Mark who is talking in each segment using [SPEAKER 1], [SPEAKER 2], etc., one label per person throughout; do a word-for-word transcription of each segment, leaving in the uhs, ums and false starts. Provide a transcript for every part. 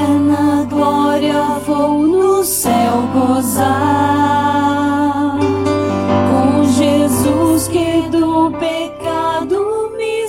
[SPEAKER 1] eterna glória vou no céu gozar, com Jesus que do pecado me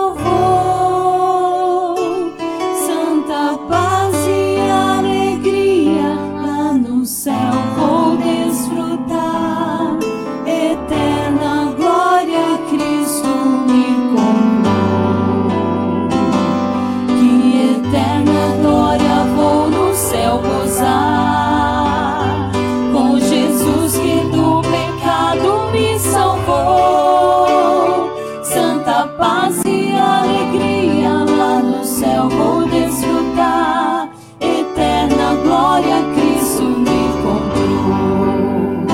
[SPEAKER 1] salvou. Santa paz e alegria lá no céu vou desfrutar, eterna glória Cristo me comprou. Que eterna glória vou no céu gozar, com Jesus que do pecado me salvou. Santa paz e alegria lá no céu vou desfrutar, eterna glória Cristo me comprou.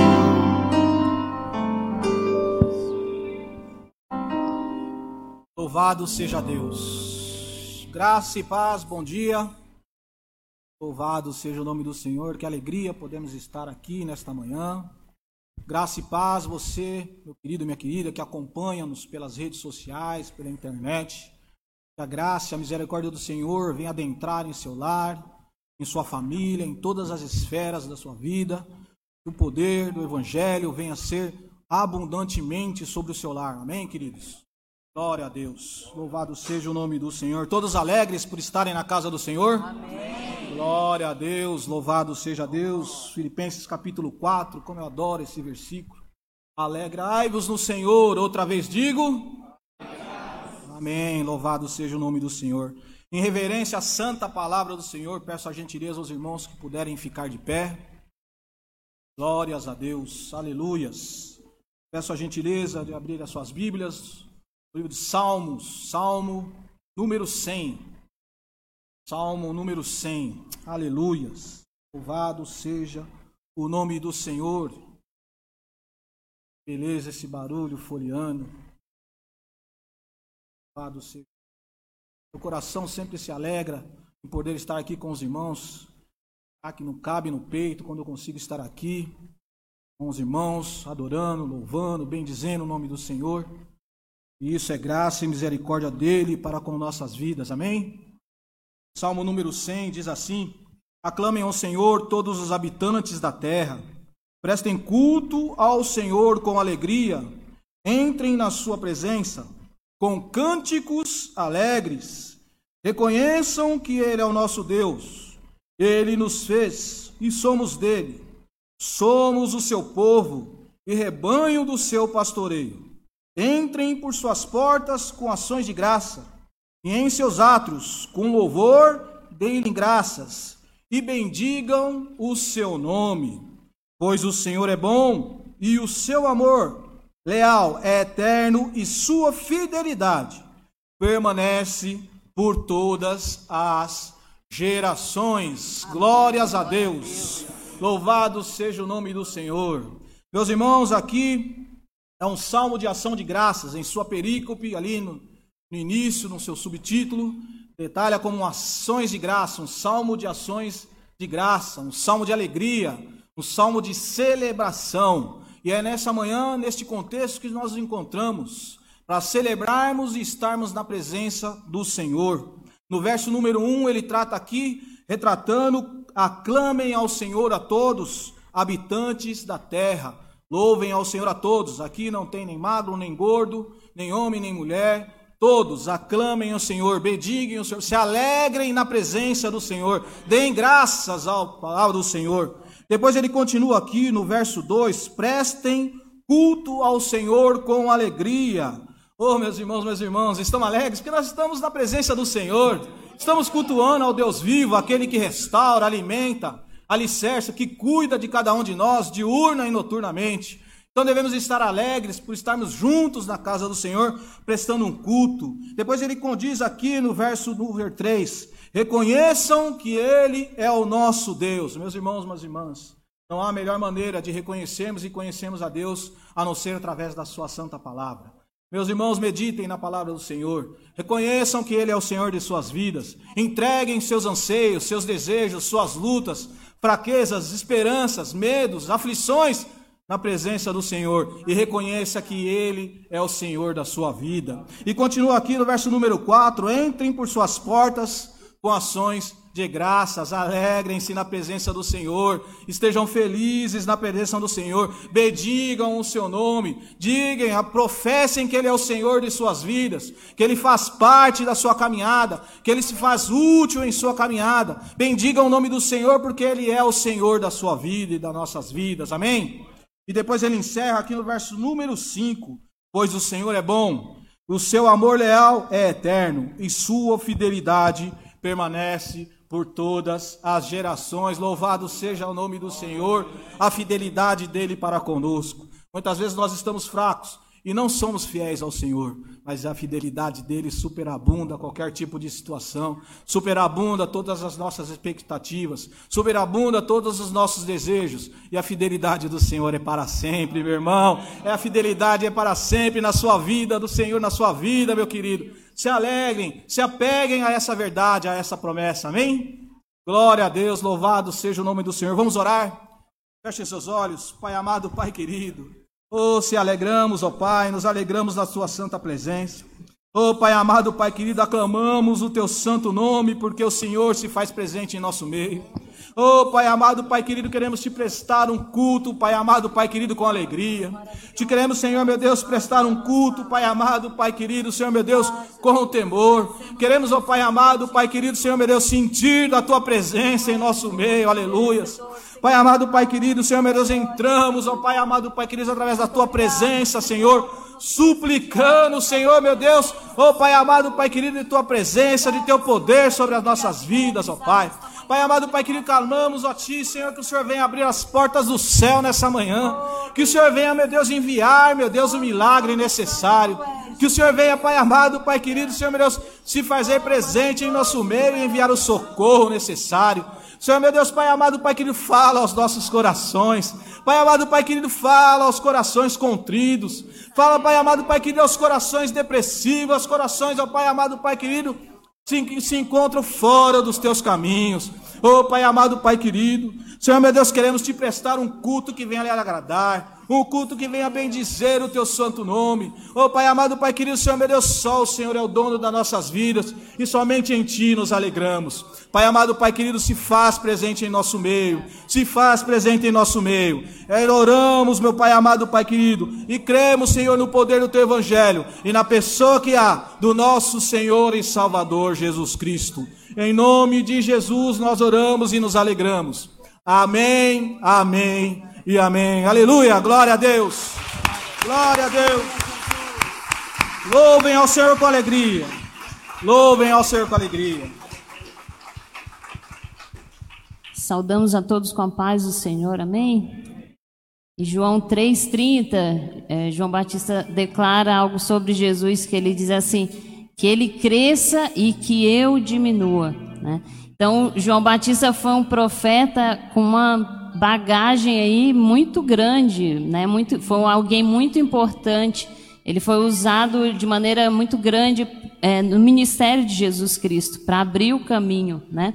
[SPEAKER 2] Louvado seja Deus. Graça e paz, bom dia. Louvado seja o nome do Senhor, que alegria podemos estar aqui nesta manhã. Graça e paz, você, meu querido, minha querida, que acompanha-nos pelas redes sociais, pela internet. Que a graça e a misericórdia do Senhor venha adentrar em seu lar, em sua família, em todas as esferas da sua vida. Que o poder do Evangelho venha ser abundantemente sobre o seu lar. Amém, queridos? Glória a Deus. Louvado seja o nome do Senhor. Todos alegres por estarem na casa do Senhor? Amém. Glória a Deus. Louvado seja Deus. Filipenses capítulo quatro. Como eu adoro esse versículo. Alegrai-vos no Senhor. Outra vez digo. Amém. Louvado seja o nome do Senhor. Em reverência à santa palavra do Senhor, peço a gentileza aos irmãos que puderem ficar de pé. Glórias a Deus. Aleluias. Peço a gentileza de abrir as suas Bíblias. O livro de Salmos, Salmo número cem. Salmo número cem. Aleluias. Louvado seja o nome do Senhor. Beleza esse barulho folheando. Louvado seja. Meu coração sempre se alegra em poder estar aqui com os irmãos. Que não cabe no peito quando eu consigo estar aqui com os irmãos, adorando, louvando, bendizendo o nome do Senhor. E isso é graça e misericórdia dele para com nossas vidas, amém? Salmo número cem diz assim: aclamem ao Senhor todos os habitantes da terra, prestem culto ao Senhor com alegria, entrem na sua presença com cânticos alegres, reconheçam que ele é o nosso Deus, ele nos fez e somos dele, somos o seu povo e rebanho do seu pastoreio. Entrem por suas portas com ações de graça, e em seus átrios, com louvor, deem-lhe graças, e bendigam o seu nome. Pois o Senhor é bom, e o seu amor leal é eterno, e sua fidelidade permanece por todas as gerações. Glórias a Deus. Louvado seja o nome do Senhor. Meus irmãos, aqui é um salmo de ação de graças, em sua perícope, ali no, no início, no seu subtítulo, detalha como ações de graça, um salmo de ações de graça, um salmo de alegria, um salmo de celebração. E é nessa manhã, neste contexto, que nós nos encontramos, para celebrarmos e estarmos na presença do Senhor. No verso número um, ele trata aqui, retratando, aclamem ao Senhor a todos, habitantes da terra. Louvem ao Senhor a todos. Aqui não tem nem magro, nem gordo, nem homem, nem mulher. Todos aclamem ao Senhor, bendiguem o Senhor, se alegrem na presença do Senhor, deem graças à palavra do Senhor. Depois ele continua aqui no verso dois, prestem culto ao Senhor com alegria. Oh, meus irmãos, meus irmãos, estão alegres? Porque nós estamos na presença do Senhor, estamos cultuando ao Deus vivo, aquele que restaura, alimenta, alicerça, que cuida de cada um de nós, diurna e noturnamente. Então devemos estar alegres por estarmos juntos na casa do Senhor, prestando um culto. Depois ele condiz aqui no verso número três, reconheçam que Ele é o nosso Deus. Meus irmãos, minhas irmãs, não há melhor maneira de reconhecermos e conhecermos a Deus, a não ser através da sua santa palavra. Meus irmãos, meditem na palavra do Senhor, reconheçam que Ele é o Senhor de suas vidas, entreguem seus anseios, seus desejos, suas lutas, fraquezas, esperanças, medos, aflições na presença do Senhor e reconheça que Ele é o Senhor da sua vida. E continua aqui no verso número quatro, entrem por suas portas com ações de graças. Alegrem-se na presença do Senhor, estejam felizes na presença do Senhor, bendigam o seu nome, digam, professem que Ele é o Senhor de suas vidas, que Ele faz parte da sua caminhada, que Ele se faz útil em sua caminhada. Bendigam o nome do Senhor, porque Ele é o Senhor da sua vida e das nossas vidas, amém? E depois ele encerra aqui no verso número cinco, pois o Senhor é bom, o seu amor leal é eterno, e sua fidelidade permanece por todas as gerações. Louvado seja o nome do Senhor, a fidelidade dele para conosco. Muitas vezes nós estamos fracos e não somos fiéis ao Senhor, mas a fidelidade dele superabunda qualquer tipo de situação, superabunda todas as nossas expectativas, superabunda todos os nossos desejos, e a fidelidade do Senhor é para sempre, meu irmão. É a fidelidade é para sempre na sua vida, do Senhor na sua vida, meu querido. Se alegrem, se apeguem a essa verdade, a essa promessa, amém? Glória a Deus, louvado seja o nome do Senhor. Vamos orar? Feche seus olhos, Pai amado, Pai querido. Oh, se alegramos, ó Pai, nos alegramos na sua santa presença. Oh, Pai amado, Pai querido, aclamamos o teu santo nome, porque o Senhor se faz presente em nosso meio. Oh, Pai amado, Pai querido, queremos te prestar um culto, Pai amado, Pai querido, com alegria. Te queremos, Senhor, meu Deus, prestar um culto, Pai amado, Pai querido, Senhor, meu Deus, com temor. Queremos, ó Pai amado, Pai querido, Senhor, meu Deus, sentir da tua presença em nosso meio, aleluias. Pai amado, Pai querido, Senhor, meu Deus, entramos, ó Pai amado, Pai querido, através da tua presença, Senhor, suplicando, Senhor, meu Deus, ó Pai amado, Pai querido, de tua presença, de teu poder sobre as nossas vidas, ó Pai. Pai amado, Pai querido, clamamos a Ti, Senhor, que o Senhor venha abrir as portas do céu nessa manhã, que o Senhor venha, meu Deus, enviar, meu Deus, o milagre necessário, que o Senhor venha, Pai amado, Pai querido, Senhor, meu Deus, se fazer presente em nosso meio e enviar o socorro necessário. Senhor, meu Deus, Pai amado, Pai querido, fala aos nossos corações. Pai amado, Pai querido, fala aos corações contridos. Fala, Pai amado, Pai querido, aos corações depressivos, aos corações, ó Pai amado, Pai querido, que se encontram fora dos teus caminhos. Ô Pai amado, Pai querido, Senhor, meu Deus, queremos te prestar um culto que venha lhe agradar, um culto que venha bendizer o teu santo nome. Ô Pai amado, Pai querido, Senhor, meu Deus, só o Senhor é o dono das nossas vidas, e somente em Ti nos alegramos. Pai amado, Pai querido, se faz presente em nosso meio, se faz presente em nosso meio. É, oramos, meu Pai amado, Pai querido, e cremos, Senhor, no poder do Teu Evangelho, e na pessoa que há do nosso Senhor e Salvador Jesus Cristo. Em nome de Jesus nós oramos e nos alegramos. Amém, amém e amém. Aleluia, glória a Deus. Glória a Deus. Louvem ao Senhor com alegria. Louvem ao Senhor com alegria.
[SPEAKER 1] Saudamos a todos com a paz do Senhor, amém? Em João três, trinta, é, João Batista declara algo sobre Jesus, que ele diz assim, que ele cresça e que eu diminua, né? Então, João Batista foi um profeta com uma bagagem aí muito grande, né? Muito, foi alguém muito importante. Ele foi usado de maneira muito grande é, no ministério de Jesus Cristo, para abrir o caminho, né?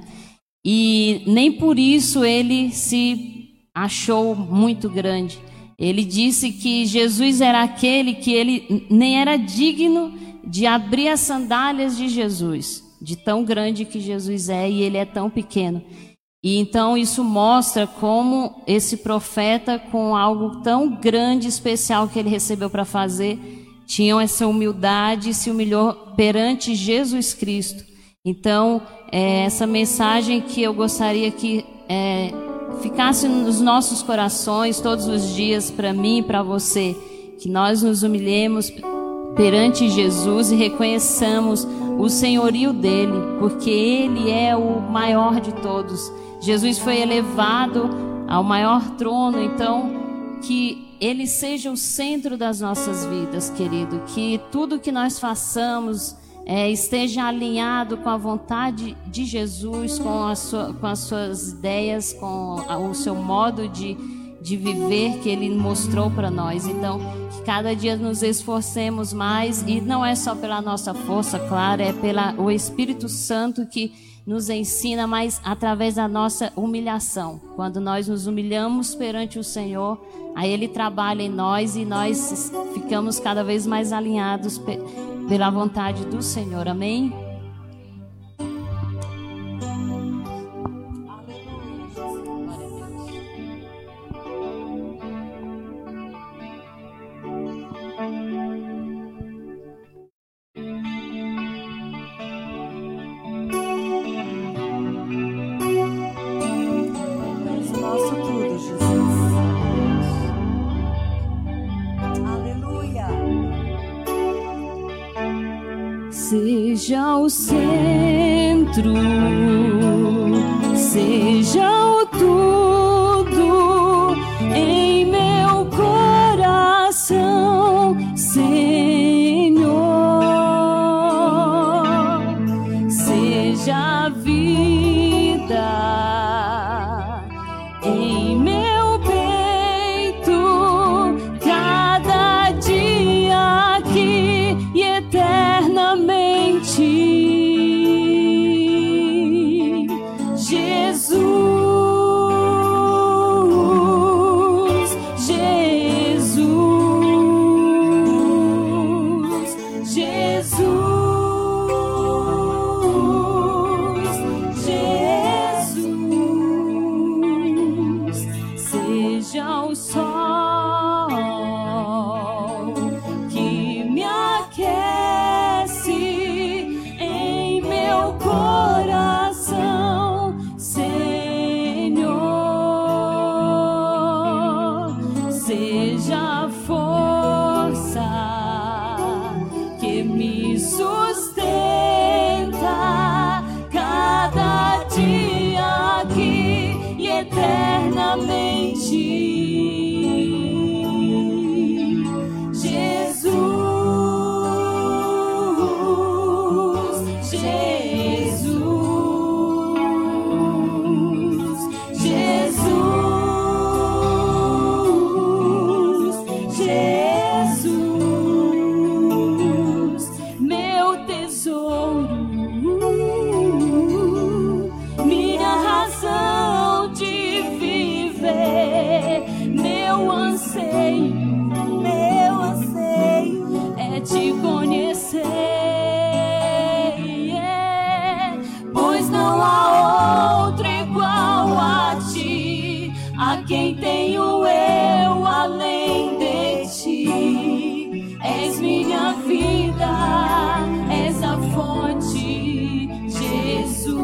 [SPEAKER 1] E nem por isso ele se achou muito grande. Ele disse que Jesus era aquele que ele nem era digno de abrir as sandálias de Jesus, de tão grande que Jesus é, e ele é tão pequeno. E então isso mostra como esse profeta, com algo tão grande e especial que ele recebeu para fazer, tinha essa humildade e se humilhou perante Jesus Cristo. Então, é essa mensagem que eu gostaria que é, ficasse nos nossos corações todos os dias, para mim e para você, que nós nos humilhemos perante Jesus e reconheçamos o senhorio dele, porque ele é o maior de todos. Jesus foi elevado ao maior trono, então que ele seja o centro das nossas vidas, querido, que tudo que nós façamos é, esteja alinhado com a vontade de Jesus, com, a sua, com as suas ideias, com a, o seu modo de, de viver que ele mostrou para nós. Então, que cada dia nos esforcemos mais, e não é só pela nossa força, claro, é pelo Espírito Santo que nos ensina, mas através da nossa humilhação. Quando nós nos humilhamos perante o Senhor, aí ele trabalha em nós e nós ficamos cada vez mais alinhados pela vontade do Senhor, amém? o centro, seja o tudo em meu coração, Senhor. Seja a vida em meu peito, cada dia aqui e eternamente. Jesus, Jesus, Jesus, Jesus, seja o sol que me aquece em meu coração, Senhor. Seja a força que me sustenta cada dia aqui e eternamente. Jesus, Jesus, Jesus, Jesus, meu tesouro, minha razão de viver, meu anseio, meu anseio é te conhecer, yeah. Pois não há outro igual a ti, a quem tenho eu além de ti. És minha vida, és a fonte, Jesus.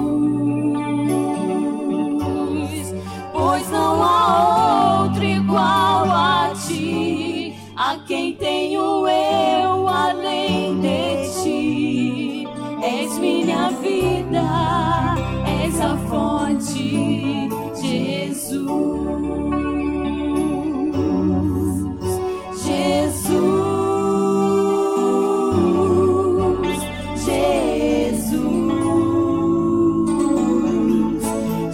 [SPEAKER 1] Pois não há outro igual a ti, a quem tenho eu além de ti. És minha vida, és a fonte, Jesus. Jesus, Jesus,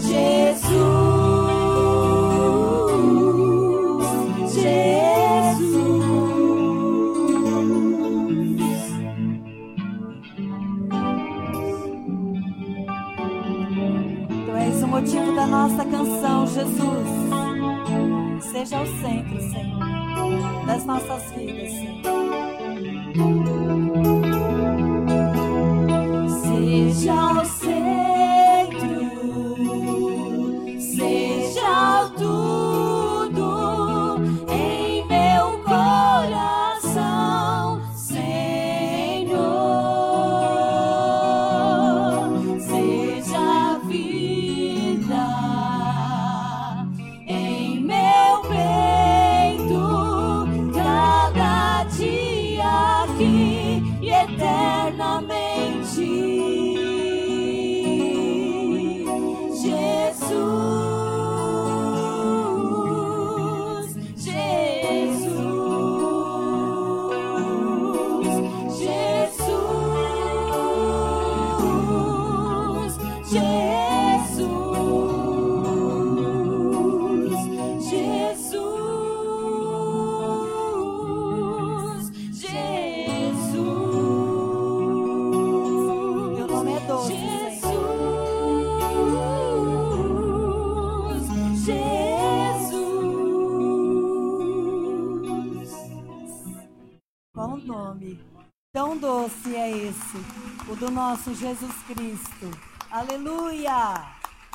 [SPEAKER 1] Jesus, Jesus.
[SPEAKER 3] Tu és o motivo da nossa canção, Jesus. Seja o centro, Senhor, das nossas vidas, Senhor.
[SPEAKER 1] Seja o centro, seja o tudo em meu coração, Senhor. Seja a vida em meu peito, cada dia aqui e eternamente. Jesus, Jesus, Jesus, Jesus, Jesus, Jesus.
[SPEAKER 3] Teu nome é doce, Senhor. Qual nome tão doce é esse, o do nosso Jesus Cristo. Aleluia!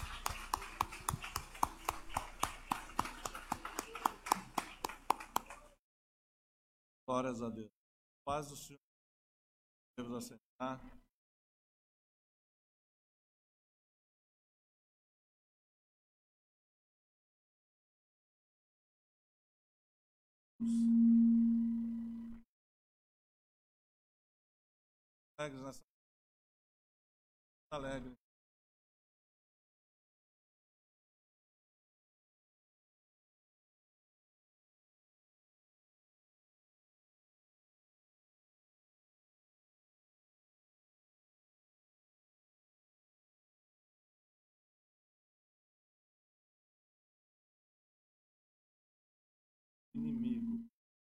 [SPEAKER 2] Glórias a Deus. Paz do Senhor. Deus aceitar. Nessa
[SPEAKER 4] Alegre. Inimigo.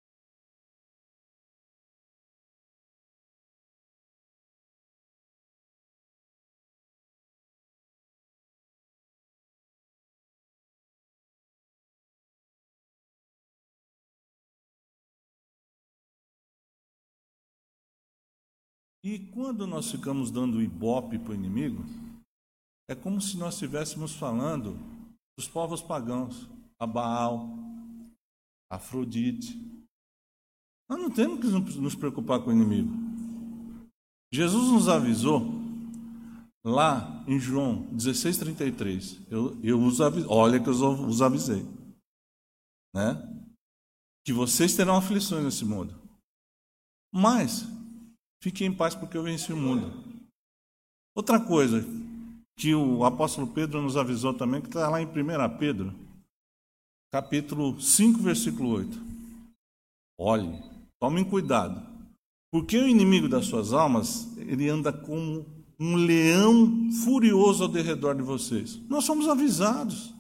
[SPEAKER 4] E quando nós ficamos dando ibope para o inimigo, é como se nós estivéssemos falando dos povos pagãos, a Baal, a Afrodite. Nós não temos que nos preocupar com o inimigo. Jesus nos avisou lá em João dezesseis, trinta e três. Eu, eu os avisei, olha que eu os avisei, né? Que vocês terão aflições nesse mundo. Mas fiquem em paz porque eu venci o mundo. Outra coisa que o apóstolo Pedro nos avisou também, que está lá em primeira Pedro, capítulo cinco, versículo oito. Olhe, tomem cuidado, porque o inimigo das suas almas, ele anda como um leão furioso ao derredor de vocês. Nós somos avisados.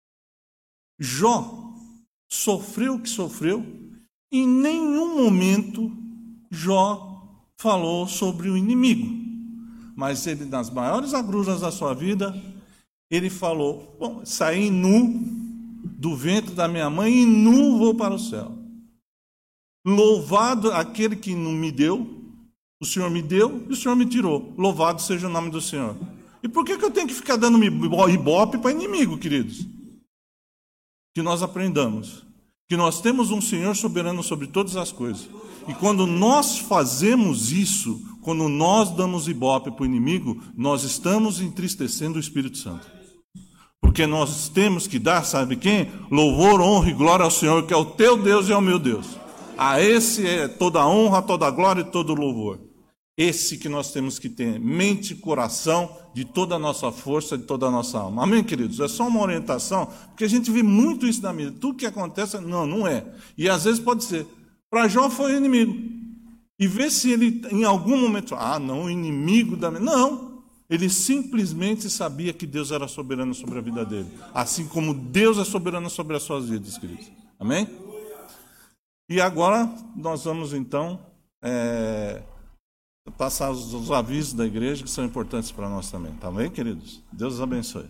[SPEAKER 4] Jó sofreu o que sofreu, em nenhum momento Jó falou sobre o inimigo, mas ele, nas maiores agruras da sua vida, ele falou: bom, saí nu do ventre da minha mãe e nu vou para o céu. Louvado aquele que não me deu, o Senhor me deu e o Senhor me tirou. Louvado seja o nome do Senhor. E por que que eu tenho que ficar dando ibope para inimigo, queridos? Que nós aprendamos que nós temos um Senhor soberano sobre todas as coisas. E quando nós fazemos isso, quando nós damos ibope para o inimigo, nós estamos entristecendo o Espírito Santo. Porque nós temos que dar, sabe quem? Louvor, honra e glória ao Senhor, que é o teu Deus e é o meu Deus. A esse é toda a honra, toda a glória e todo o louvor. Esse que nós temos que ter mente e coração de toda a nossa força, de toda a nossa alma. Amém, queridos? É só uma orientação, porque a gente vê muito isso na mídia. Tudo que acontece, não, não é. E às vezes pode ser. Para Jó foi o inimigo. E vê se ele em algum momento, ah, não, o inimigo da... Não, ele simplesmente sabia que Deus era soberano sobre a vida dele. Assim como Deus é soberano sobre as suas vidas, queridos. Amém? E agora nós vamos então é, passar os, os avisos da igreja que são importantes para nós também. Tá bem, queridos? Deus os abençoe.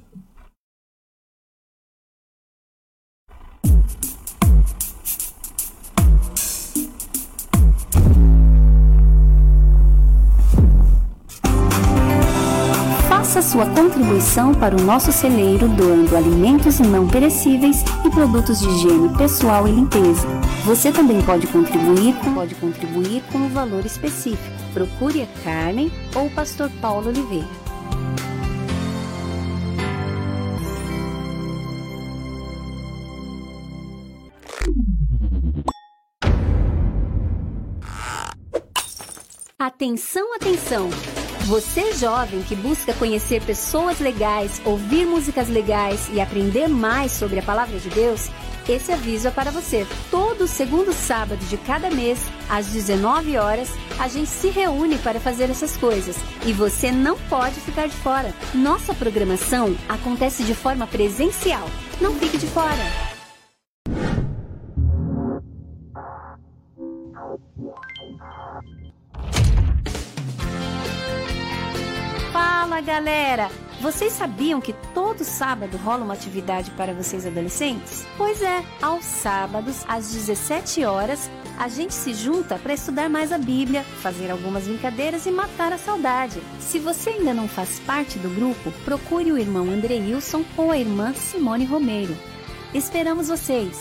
[SPEAKER 5] Faça sua contribuição para o nosso celeiro doando alimentos não perecíveis e produtos de higiene pessoal e limpeza. Você também pode contribuir, pode contribuir com um valor específico. Procure a Carmen ou o pastor Paulo Oliveira. Atenção, atenção! Você jovem que busca conhecer pessoas legais, ouvir músicas legais e aprender mais sobre a Palavra de Deus, esse aviso é para você. Todo segundo sábado de cada mês, às dezenove horas, a gente se reúne para fazer essas coisas. E você não pode ficar de fora. Nossa programação acontece de forma presencial. Não fique de fora. Fala, galera! Vocês sabiam que todo sábado rola uma atividade para vocês adolescentes? Pois é, aos sábados, às dezessete horas, a gente se junta para estudar mais a Bíblia, fazer algumas brincadeiras e matar a saudade. Se você ainda não faz parte do grupo, procure o irmão Andreilson ou a irmã Simone Romeiro. Esperamos vocês!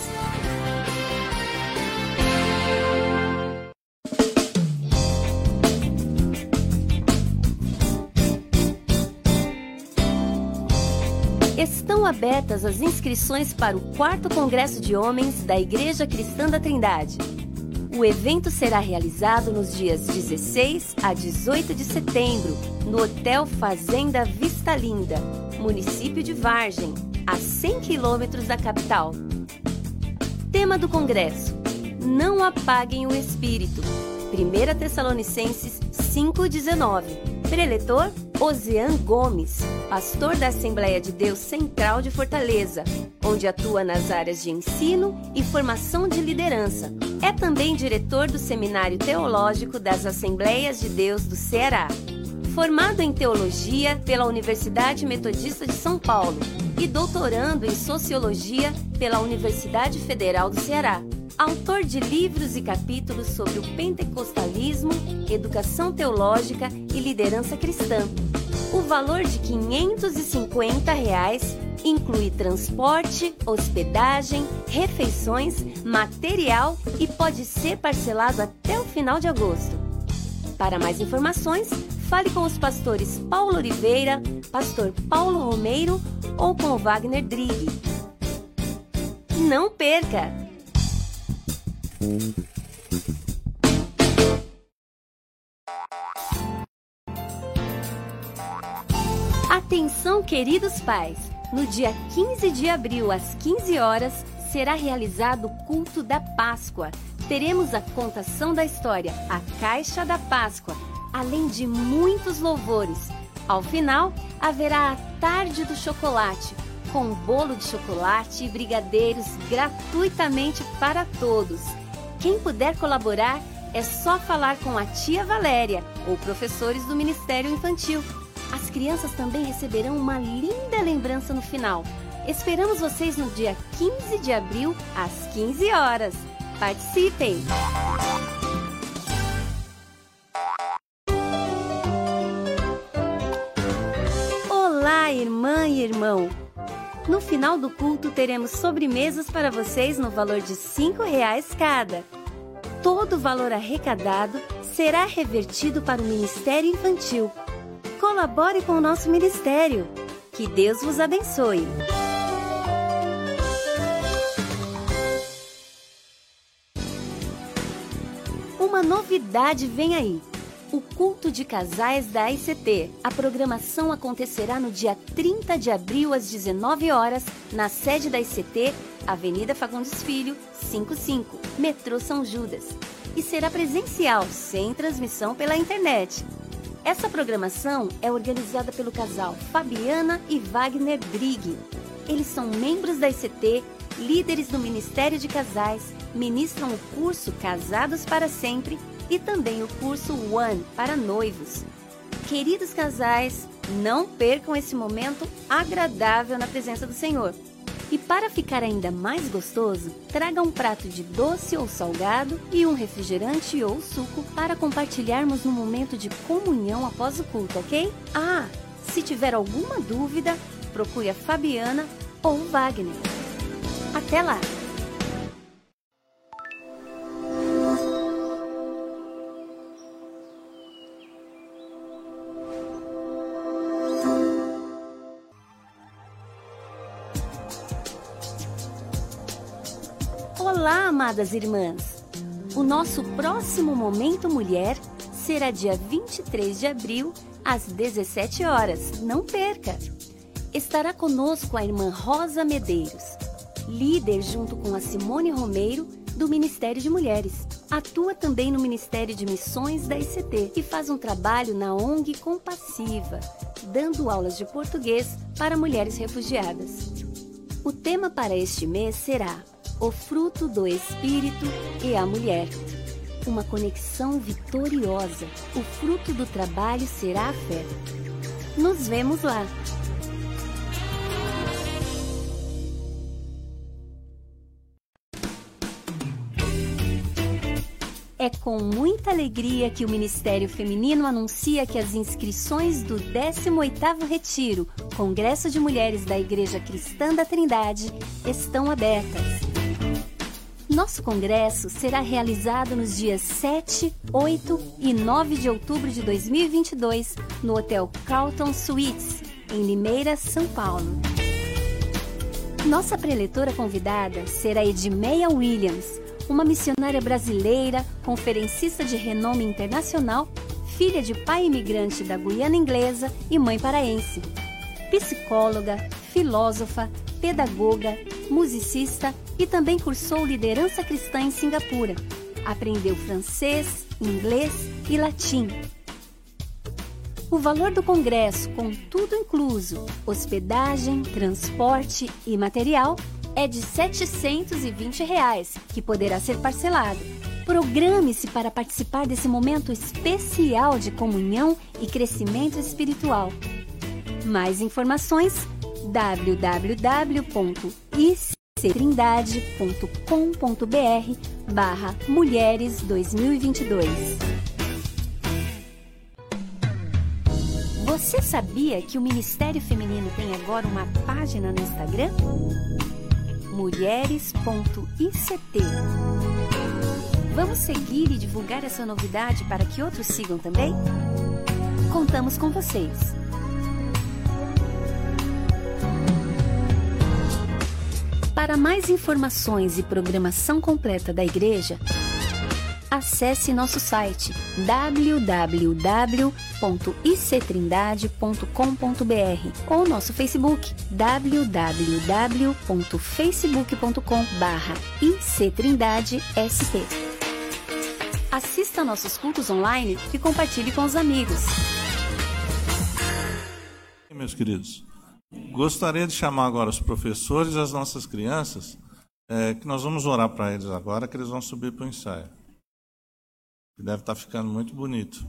[SPEAKER 5] Estão abertas as inscrições para o quarto Congresso de Homens da Igreja Cristã da Trindade. O evento será realizado nos dias dezesseis a dezoito de setembro, no Hotel Fazenda Vista Linda, município de Vargem, a cem quilômetros da capital. Tema do congresso: Não apaguem o espírito. primeira Tessalonicenses cinco, dezenove. Preletor: Ozean Gomes, pastor da Assembleia de Deus Central de Fortaleza, onde atua nas áreas de ensino e formação de liderança. É também diretor do Seminário Teológico das Assembleias de Deus do Ceará. Formado em Teologia pela Universidade Metodista de São Paulo e doutorando em Sociologia pela Universidade Federal do Ceará. Autor de livros e capítulos sobre o pentecostalismo, educação teológica e liderança cristã. O valor de quinhentos e cinquenta reais inclui transporte, hospedagem, refeições, material e pode ser parcelado até o final de agosto. Para mais informações, fale com os pastores Paulo Oliveira, pastor Paulo Romeiro ou com o Wagner Drigg. Não perca! Atenção, queridos pais! No dia quinze de abril, às quinze horas, será realizado o culto da Páscoa. Teremos a contação da história, a Caixa da Páscoa, além de muitos louvores. Ao final, haverá a Tarde do Chocolate, com bolo de chocolate e brigadeiros gratuitamente para todos. Quem puder colaborar, é só falar com a tia Valéria ou professores do Ministério Infantil. As crianças também receberão uma linda lembrança no final. Esperamos vocês no dia quinze de abril, às quinze horas. Participem! Olá, irmã e irmão! No final do culto, teremos sobremesas para vocês no valor de cinco reais cada. Todo o valor arrecadado será revertido para o Ministério Infantil. Colabore com o nosso ministério. Que Deus vos abençoe. Uma novidade vem aí. O culto de casais da I C T. A programação acontecerá no dia trinta de abril, às dezenove horas, na sede da I C T, Avenida Fagundes Filho, cinquenta e cinco, Metrô São Judas. E será presencial, sem transmissão pela internet. Essa programação é organizada pelo casal Fabiana e Wagner Drigg. Eles são membros da I C T, líderes do Ministério de Casais, ministram o curso Casados para Sempre e também o curso One para noivos. Queridos casais, não percam esse momento agradável na presença do Senhor. E para ficar ainda mais gostoso, traga um prato de doce ou salgado e um refrigerante ou suco para compartilharmos no momento de comunhão após o culto, ok? Ah, se tiver alguma dúvida, procure a Fabiana ou o Wagner. Até lá! Olá, amadas irmãs! O nosso próximo Momento Mulher será dia vinte e três de abril, às dezessete horas. Não perca! Estará conosco a irmã Rosa Medeiros, líder junto com a Simone Romeiro, do Ministério de Mulheres. Atua também no Ministério de Missões da I C T e faz um trabalho na O N G Compassiva, dando aulas de português para mulheres refugiadas. O tema para este mês será o fruto do Espírito e a mulher. Uma conexão vitoriosa. O fruto do trabalho será a fé. Nos vemos lá! É com muita alegria que o Ministério Feminino anuncia que as inscrições do décimo oitavo Retiro, Congresso de Mulheres da Igreja Cristã da Trindade, estão abertas. Nosso congresso será realizado nos dias sete, oito e nove de outubro de dois mil e vinte e dois, no Hotel Carlton Suites, em Limeira, São Paulo. Nossa preletora convidada será Edmeia Williams, uma missionária brasileira, conferencista de renome internacional, filha de pai imigrante da Guiana Inglesa e mãe paraense. Psicóloga, filósofa, pedagoga, musicista e também cursou liderança cristã em Singapura. Aprendeu francês, inglês e latim. O valor do congresso, com tudo incluso, hospedagem, transporte e material, é de setecentos e vinte reais, que poderá ser parcelado. Programe-se para participar desse momento especial de comunhão e crescimento espiritual. Mais informações, w w w ponto i c trindade ponto com ponto b r barra Mulheres dois mil e vinte e dois. Você sabia que o Ministério Feminino tem agora uma página no Instagram? mulheres ponto i c t. Vamos seguir e divulgar essa novidade para que outros sigam também? Contamos com vocês! Para mais informações e programação completa da igreja, acesse nosso site w w w ponto i c trindade ponto com ponto b r ou nosso Facebook w w w ponto facebook ponto com barra i c trindade s p. Assista nossos cultos online e compartilhe com os amigos.
[SPEAKER 4] Meus queridos, gostaria de chamar agora os professores e as nossas crianças, é, que nós vamos orar para eles agora, que eles vão subir para o ensaio. Que deve estar ficando muito bonito.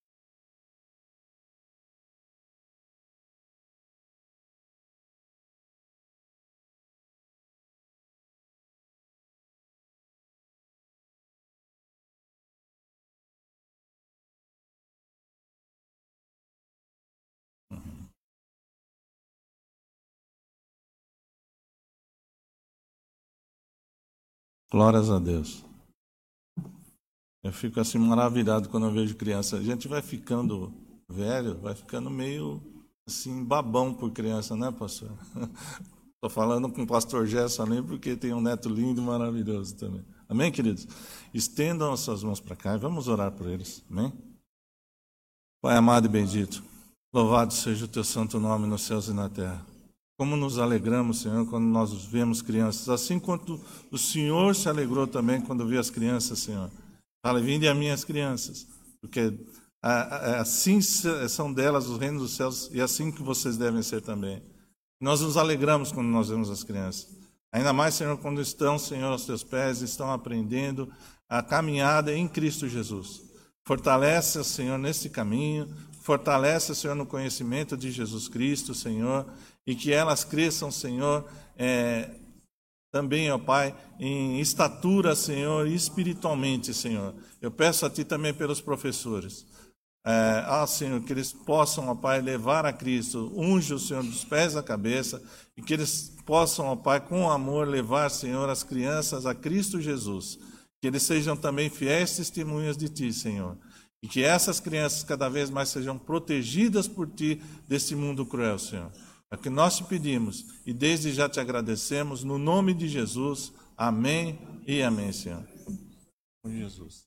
[SPEAKER 4] Glórias a Deus. Eu fico assim maravilhado quando eu vejo criança. A gente vai ficando velho, vai ficando meio assim babão por criança, né, pastor? Estou falando com o pastor Gerson ali porque tem um neto lindo e maravilhoso também. Amém, queridos? Estendam as suas mãos para cá e vamos orar por eles. Amém? Pai amado e bendito, louvado seja o teu santo nome nos céus e na terra. Como nos alegramos, Senhor, quando nós vemos crianças, assim quanto o Senhor se alegrou também quando viu as crianças, Senhor. Fala, vinde a minhas crianças, porque assim são delas os reinos dos céus e assim que vocês devem ser também. Nós nos alegramos quando nós vemos as crianças. Ainda mais, Senhor, quando estão, Senhor, aos teus pés, estão aprendendo a caminhada em Cristo Jesus. Fortalece, Senhor, nesse caminho, fortalece, Senhor, no conhecimento de Jesus Cristo, Senhor, e que elas cresçam, Senhor, é, também, ó Pai, em estatura, Senhor, e espiritualmente, Senhor. Eu peço a Ti também pelos professores. É, ah, Senhor, que eles possam, ó Pai, levar a Cristo, unge o Senhor dos pés à cabeça, e que eles possam, ó Pai, com amor, levar, Senhor, as crianças a Cristo Jesus. Que eles sejam também fiéis testemunhas de Ti, Senhor. E que essas crianças cada vez mais sejam protegidas por Ti desse mundo cruel, Senhor. É o que nós te pedimos e desde já te agradecemos, no nome de Jesus. Amém e amém, Senhor. Com Jesus.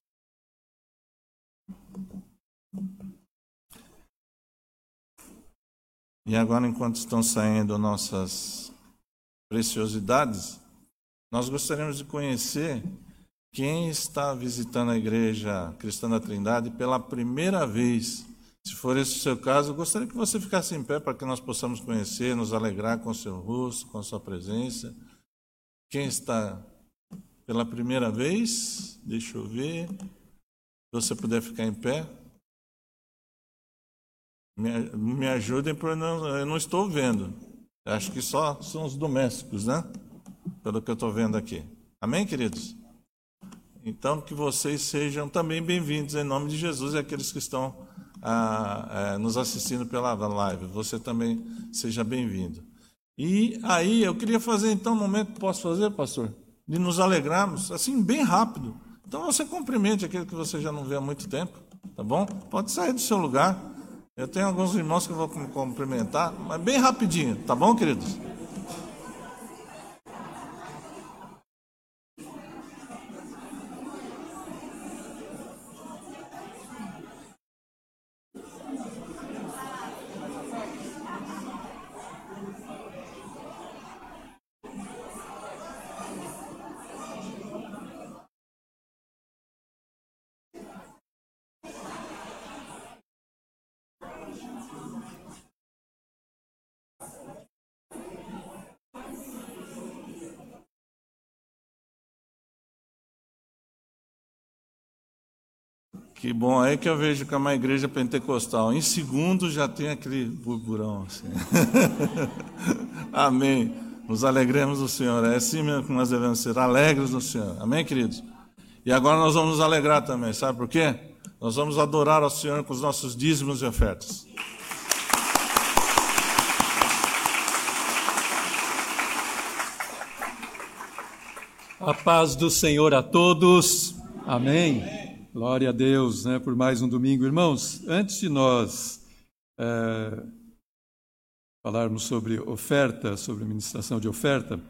[SPEAKER 4] E agora, enquanto estão saindo nossas preciosidades, nós gostaríamos de conhecer quem está visitando a Igreja Cristã da Trindade pela primeira vez. Se for esse o seu caso, eu gostaria que você ficasse em pé para que nós possamos conhecer, nos alegrar com o seu rosto, com a sua presença. Quem está pela primeira vez? Deixa eu ver. Se você puder ficar em pé. Me, me ajudem, porque eu não, eu não estou vendo. Acho que só são os domésticos, né? Pelo que eu estou vendo aqui. Amém, queridos? Então, que vocês sejam também bem-vindos em nome de Jesus e aqueles que estão a, a, nos assistindo pela live. Você também seja bem-vindo. E aí, eu queria fazer então um momento, posso fazer, pastor? De nos alegrarmos, assim, bem rápido. Então, você cumprimente aquele que você já não vê há muito tempo, tá bom? Pode sair do seu lugar. Eu tenho alguns irmãos que eu vou cumprimentar, mas bem rapidinho, tá bom, queridos? Que bom, aí que eu vejo que é uma igreja pentecostal. Em segundo já tem aquele burburão assim. Amém. Nos alegremos do Senhor. É assim mesmo que nós devemos ser, alegres do Senhor. Amém, queridos? E agora nós vamos nos alegrar também. Sabe por quê? Nós vamos adorar ao Senhor com os nossos dízimos e ofertas.
[SPEAKER 6] A paz do Senhor a todos. Amém. Glória a Deus, né, por mais um domingo. Irmãos, antes de nós é, falarmos sobre oferta, sobre ministração de oferta,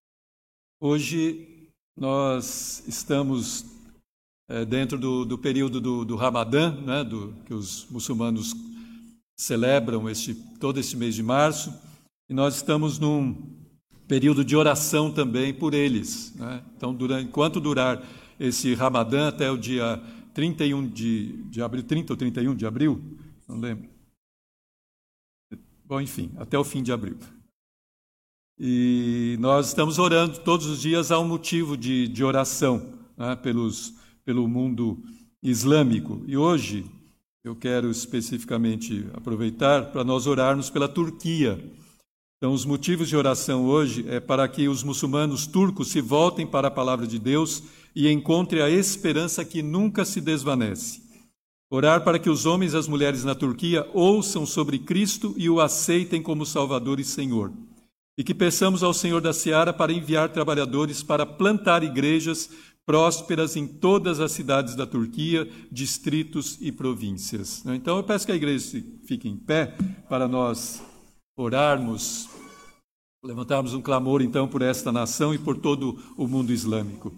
[SPEAKER 6] hoje nós estamos é, dentro do, do período do, do Ramadã, né, do, que os muçulmanos celebram este, todo este mês de março, e nós estamos num período de oração também por eles, né? Então, durante, enquanto durar esse Ramadã até o dia trinta e um de, de abril, trinta ou trinta e um de abril, não lembro. Bom, enfim, até o fim de abril. E nós estamos orando todos os dias, há um motivo de, de oração, né, pelos, pelo mundo islâmico. E hoje eu quero especificamente aproveitar para nós orarmos pela Turquia. Então, os motivos de oração hoje é para que os muçulmanos turcos se voltem para a palavra de Deus e encontrem a esperança que nunca se desvanece. Orar para que os homens e as mulheres na Turquia ouçam sobre Cristo e o aceitem como Salvador e Senhor. E que peçamos ao Senhor da Seara para enviar trabalhadores para plantar igrejas prósperas em todas as cidades da Turquia, distritos e províncias. Então, eu peço que a igreja fique em pé para nós orarmos, levantarmos um clamor então por esta nação e por todo o mundo islâmico.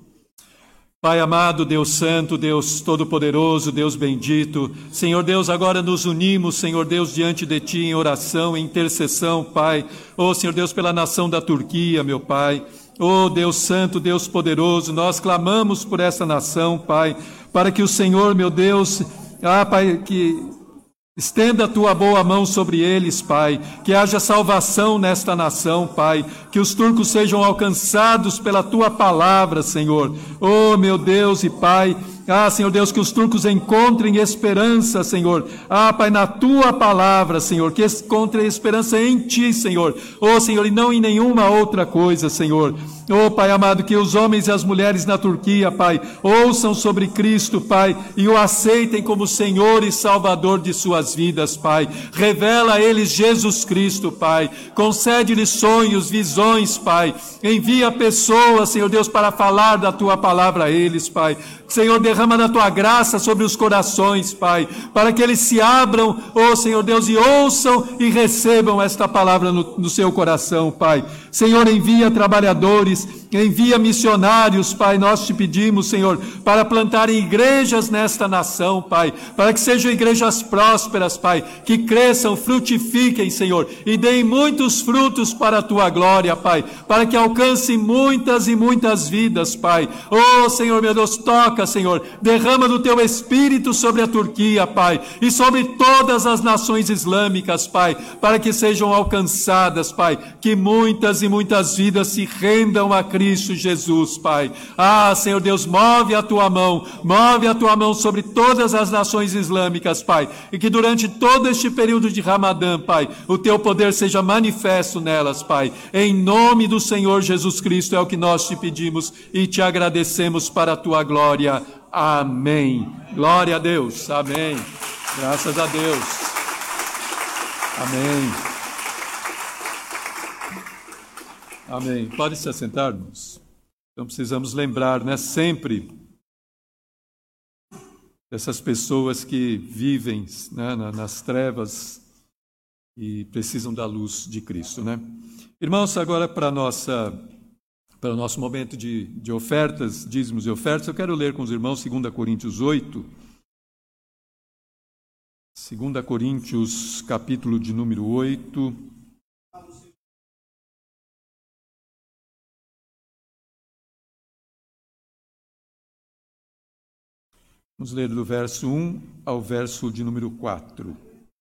[SPEAKER 6] Pai amado, Deus santo, Deus todo-poderoso, Deus bendito, Senhor Deus, agora nos unimos, Senhor Deus, diante de Ti em oração, em intercessão, Pai. Ó Senhor Deus, pela nação da Turquia, meu Pai. Ó Deus santo, Deus poderoso, nós clamamos por essa nação, Pai, para que o Senhor, meu Deus, ah, Pai, que estenda a Tua boa mão sobre eles, Pai, que haja salvação nesta nação, Pai, que os turcos sejam alcançados pela Tua palavra, Senhor. Oh, meu Deus e Pai, ah, Senhor Deus, que os turcos encontrem esperança, Senhor. Ah, Pai, na Tua palavra, Senhor, que encontrem esperança em Ti, Senhor. Oh, Senhor, e não em nenhuma outra coisa, Senhor. Oh, Pai amado, que os homens e as mulheres na Turquia, Pai, ouçam sobre Cristo, Pai, e o aceitem como Senhor e Salvador de suas vidas, Pai. Revela a eles Jesus Cristo, Pai. Concede-lhes sonhos, visões, Pai. Envia pessoas, Senhor Deus, para falar da Tua palavra a eles, Pai. Senhor, derrama da Tua graça sobre os corações, Pai, para que eles se abram, oh Senhor Deus, e ouçam e recebam esta palavra no, no seu coração, Pai. Senhor, envia trabalhadores, envia missionários, Pai, nós te pedimos, Senhor, para plantarem igrejas nesta nação, Pai, para que sejam igrejas prósperas, Pai, que cresçam, frutifiquem, Senhor, e deem muitos frutos para a Tua glória, Pai, para que alcancem muitas e muitas vidas, Pai. Oh, Senhor, meu Deus, toca, Senhor, derrama do Teu Espírito sobre a Turquia, Pai, e sobre todas as nações islâmicas, Pai, para que sejam alcançadas, Pai, que muitas e muitas vidas se rendam a Cristo Jesus, Pai. Ah, Senhor Deus, move a Tua mão, move a Tua mão sobre todas as nações islâmicas, Pai, e que durante todo este período de Ramadã, Pai, o Teu poder seja manifesto nelas, Pai. Em nome do Senhor Jesus Cristo é o que nós te pedimos e te agradecemos para a Tua glória. Amém. Glória a Deus. Amém. Graças a Deus. Amém. Amém. Pode se assentar, irmãos. Então precisamos lembrar, né, sempre dessas pessoas que vivem, né, nas trevas e precisam da luz de Cristo, né? Irmãos, agora para nossa para o nosso momento de, de ofertas, dízimos e ofertas, eu quero ler com os irmãos dois Coríntios oito. dois Coríntios, capítulo de número oito. Vamos ler do verso um ao verso de número quatro.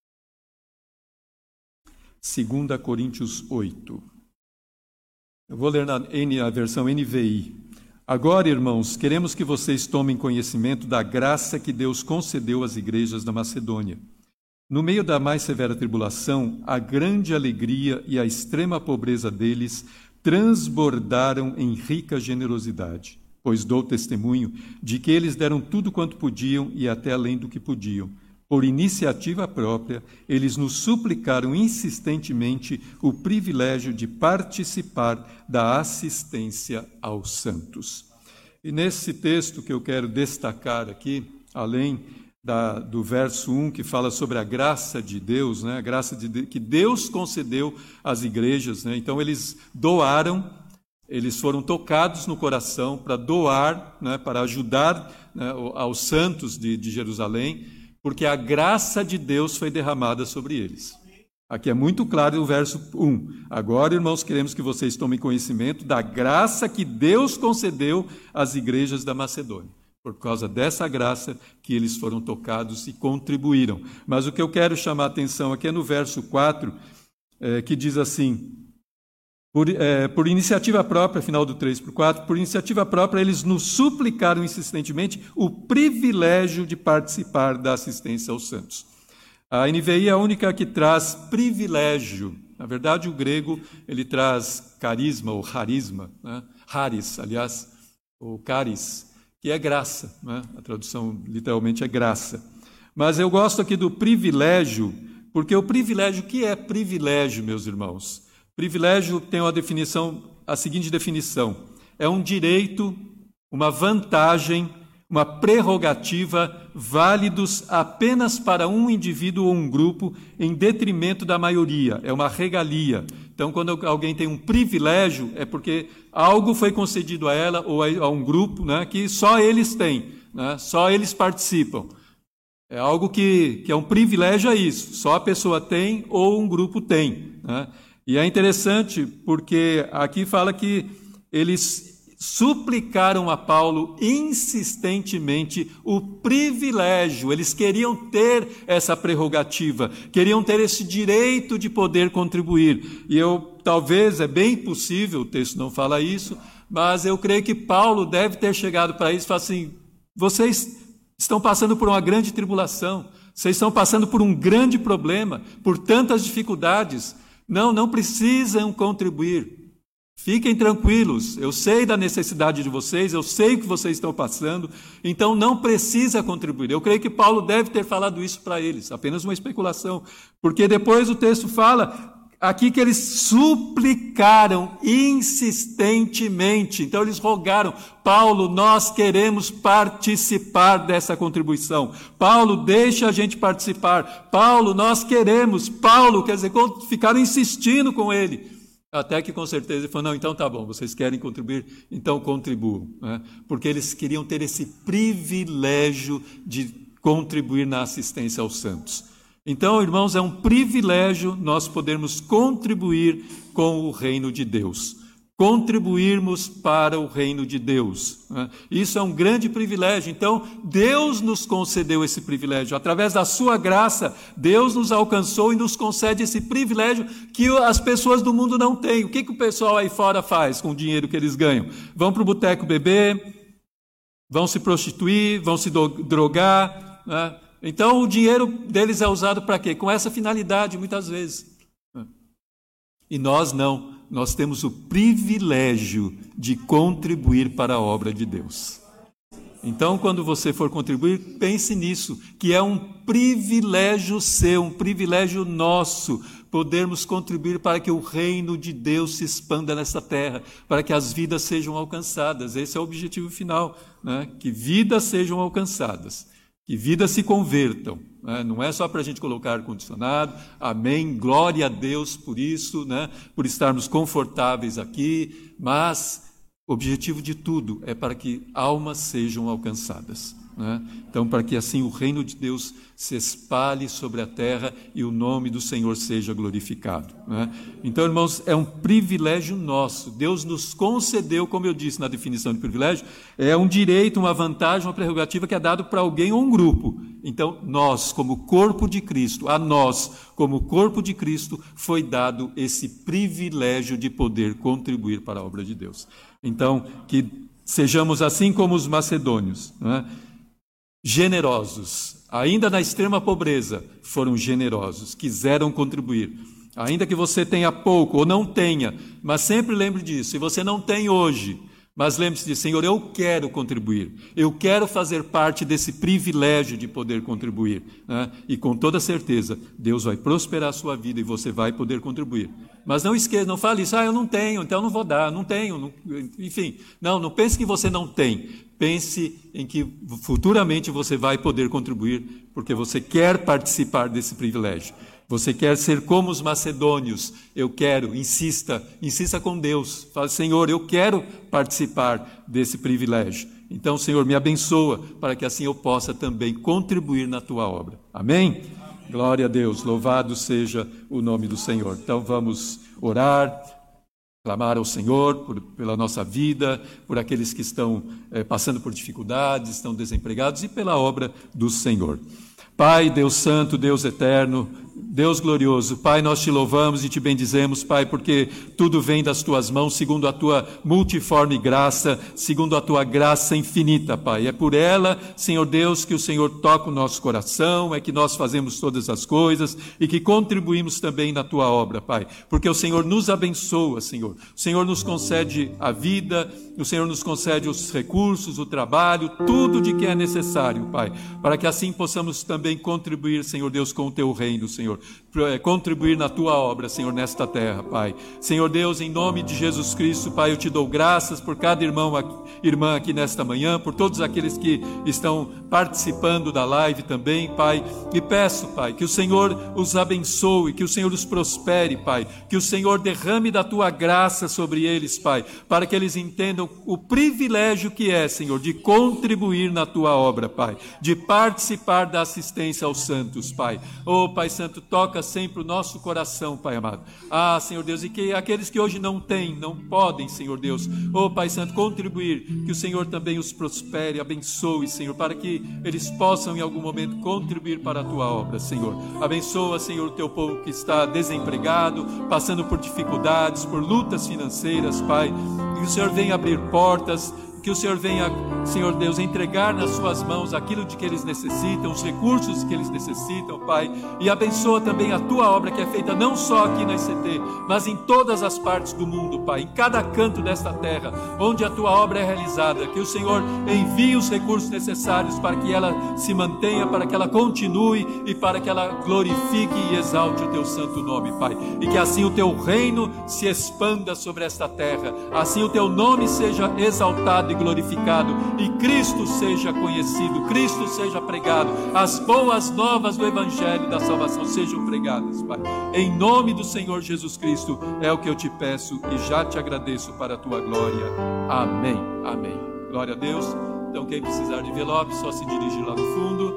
[SPEAKER 6] dois Coríntios oito. Eu vou ler na, na versão N V I. Agora, irmãos, queremos que vocês tomem conhecimento da graça que Deus concedeu às igrejas da Macedônia. No meio da mais severa tribulação, a grande alegria e a extrema pobreza deles transbordaram em rica generosidade, pois dou testemunho de que eles deram tudo quanto podiam e até além do que podiam. Por iniciativa própria, eles nos suplicaram insistentemente o privilégio de participar da assistência aos santos. E nesse texto que eu quero destacar aqui, além da, do verso um, que fala sobre a graça de Deus, né, a graça de Deus, que Deus concedeu às igrejas, né, então eles doaram, eles foram tocados no coração para doar, né, para ajudar, né, aos santos de, de Jerusalém, porque a graça de Deus foi derramada sobre eles. Aqui é muito claro no verso um. Agora, irmãos, queremos que vocês tomem conhecimento da graça que Deus concedeu às igrejas da Macedônia. Por causa dessa graça que eles foram tocados e contribuíram. Mas o que eu quero chamar a atenção aqui é no verso quatro, é, que diz assim: Por, é, por iniciativa própria, final do três para o quatro, por iniciativa própria, eles nos suplicaram insistentemente o privilégio de participar da assistência aos santos. A N V I é a única que traz privilégio. Na verdade, o grego, ele traz carisma ou charisma, né? Charis, aliás, ou caris, que é graça, né? A tradução literalmente é graça. Mas eu gosto aqui do privilégio, porque o privilégio, o que é privilégio, meus irmãos? Privilégio tem uma definição, a seguinte definição: é um direito, uma vantagem, uma prerrogativa válidos apenas para um indivíduo ou um grupo em detrimento da maioria. É uma regalia. Então, quando alguém tem um privilégio, é porque algo foi concedido a ela ou a um grupo, né, que só eles têm, né, só eles participam. É algo que, que é um privilégio, é isso. Só a pessoa tem ou um grupo tem, né? E é interessante porque aqui fala que eles suplicaram a Paulo insistentemente o privilégio, eles queriam ter essa prerrogativa, queriam ter esse direito de poder contribuir. E eu, talvez, é bem possível, o texto não fala isso, mas eu creio que Paulo deve ter chegado para eles e falar assim: vocês estão passando por uma grande tribulação, vocês estão passando por um grande problema, por tantas dificuldades. Não, não precisam contribuir. Fiquem tranquilos, eu sei da necessidade de vocês, eu sei o que vocês estão passando, então não precisa contribuir. Eu creio que Paulo deve ter falado isso para eles, apenas uma especulação, porque depois o texto fala aqui que eles suplicaram insistentemente, então eles rogaram: Paulo, nós queremos participar dessa contribuição. Paulo, deixa a gente participar. Paulo, nós queremos. Paulo, quer dizer, ficaram insistindo com ele. Até que com certeza ele falou: não, então tá bom, vocês querem contribuir, então contribuam, né? Porque eles queriam ter esse privilégio de contribuir na assistência aos santos. Então, irmãos, é um privilégio nós podermos contribuir com o reino de Deus, contribuirmos para o reino de Deus, né? Isso é um grande privilégio. Então, Deus nos concedeu esse privilégio. Através da sua graça, Deus nos alcançou e nos concede esse privilégio que as pessoas do mundo não têm. O que, que o pessoal aí fora faz com o dinheiro que eles ganham? Vão para o boteco beber, vão se prostituir, vão se drogar, né? Então, o dinheiro deles é usado para quê? Com essa finalidade, muitas vezes. E nós não. Nós temos o privilégio de contribuir para a obra de Deus. Então, quando você for contribuir, pense nisso, que é um privilégio seu, um privilégio nosso, podermos contribuir para que o reino de Deus se expanda nessa terra, para que as vidas sejam alcançadas. Esse é o objetivo final, né? Que vidas sejam alcançadas, que vidas se convertam. Né? Não é só para a gente colocar ar-condicionado, amém, glória a Deus por isso, né? Por estarmos confortáveis aqui, mas o objetivo de tudo é para que almas sejam alcançadas, né? Então, para que assim o reino de Deus se espalhe sobre a terra e o nome do Senhor seja glorificado, né? Então, irmãos, é um privilégio nosso. Deus nos concedeu, como eu disse na definição de privilégio, é um direito, uma vantagem, uma prerrogativa que é dado para alguém ou um grupo. Então, nós, como corpo de Cristo, a nós, como corpo de Cristo, foi dado esse privilégio de poder contribuir para a obra de Deus. Então, que Sejamos assim como os macedônios, não é? Generosos, ainda na extrema pobreza, foram generosos, quiseram contribuir. Ainda que você tenha pouco ou não tenha, mas sempre lembre disso. Se você não tem hoje, mas lembre-se de, Senhor, eu quero contribuir, eu quero fazer parte desse privilégio de poder contribuir, né? E com toda certeza, Deus vai prosperar a sua vida e você vai poder contribuir. Mas não esqueça, não fale isso, ah, eu não tenho, então eu não vou dar, não tenho, não, enfim. Não, não pense que você não tem, pense em que futuramente você vai poder contribuir, porque você quer participar desse privilégio. Você quer ser como os macedônios, eu quero, insista, insista com Deus. Fale, Senhor, eu quero participar desse privilégio. Então, Senhor, me abençoa, para que assim eu possa também contribuir na Tua obra. Amém? Amém. Glória a Deus, louvado seja o nome do Senhor. Então vamos orar, clamar ao Senhor por, pela nossa vida, por aqueles que estão eh, passando por dificuldades, estão desempregados e pela obra do Senhor. Pai, Deus Santo, Deus Eterno, Deus glorioso, Pai, nós te louvamos e te bendizemos, Pai, porque tudo vem das tuas mãos, segundo a tua multiforme graça, segundo a tua graça infinita, Pai. É por ela, Senhor Deus, que o Senhor toca o nosso coração, é que nós fazemos todas as coisas e que contribuímos também na tua obra, Pai. Porque o Senhor nos abençoa, Senhor. O Senhor nos concede a vida, o Senhor nos concede os recursos, o trabalho, tudo de que é necessário, Pai, para que assim possamos também contribuir, Senhor Deus, com o teu reino, Senhor. Contribuir na tua obra, Senhor, nesta terra, Pai. Senhor Deus, em nome de Jesus Cristo, Pai, eu te dou graças por cada irmão, irmã aqui nesta manhã, por todos aqueles que estão participando da live também, Pai, e peço, Pai, que o Senhor os abençoe, que o Senhor os prospere, Pai, que o Senhor derrame da tua graça sobre eles, Pai, para que eles entendam o privilégio que é, Senhor, de contribuir na tua obra, Pai, de participar da assistência aos santos, Pai. Oh, Pai Santo, toca sempre o nosso coração, Pai amado. Ah, Senhor Deus, e que aqueles que hoje não têm, não podem, Senhor Deus, oh, Pai Santo, contribuir, que o Senhor também os prospere, abençoe, Senhor, para que eles possam em algum momento contribuir para a tua obra, Senhor. Abençoa, Senhor, o teu povo que está desempregado, passando por dificuldades, por lutas financeiras, Pai, que o Senhor venha abrir portas, que o Senhor venha, Senhor Deus, entregar nas suas mãos aquilo de que eles necessitam, os recursos que eles necessitam, Pai, e abençoa também a tua obra que é feita não só aqui na I C T, mas em todas as partes do mundo, Pai, em cada canto desta terra, onde a tua obra é realizada, que o Senhor envie os recursos necessários para que ela se mantenha, para que ela continue e para que ela glorifique e exalte o teu santo nome, Pai, e que assim o teu reino se expanda sobre esta terra, assim o teu nome seja exaltado e glorificado, e Cristo seja conhecido, Cristo seja pregado, as boas novas do Evangelho da salvação sejam pregadas, Pai. Em nome do Senhor Jesus Cristo é o que eu te peço e já te agradeço para a tua glória. Amém, amém. Glória a Deus. Então quem precisar de envelope, só se dirigir lá no fundo.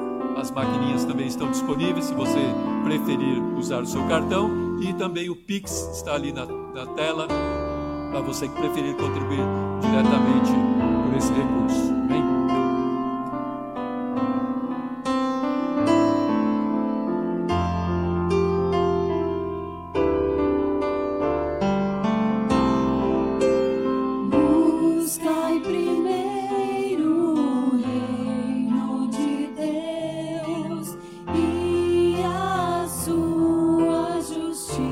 [SPEAKER 6] As maquininhas também estão disponíveis, se você preferir usar o seu cartão, e também o Pix está ali na, na tela, para você que preferir contribuir diretamente por esse recurso. Amém?
[SPEAKER 3] Buscai primeiro o reino de Deus e a sua justiça.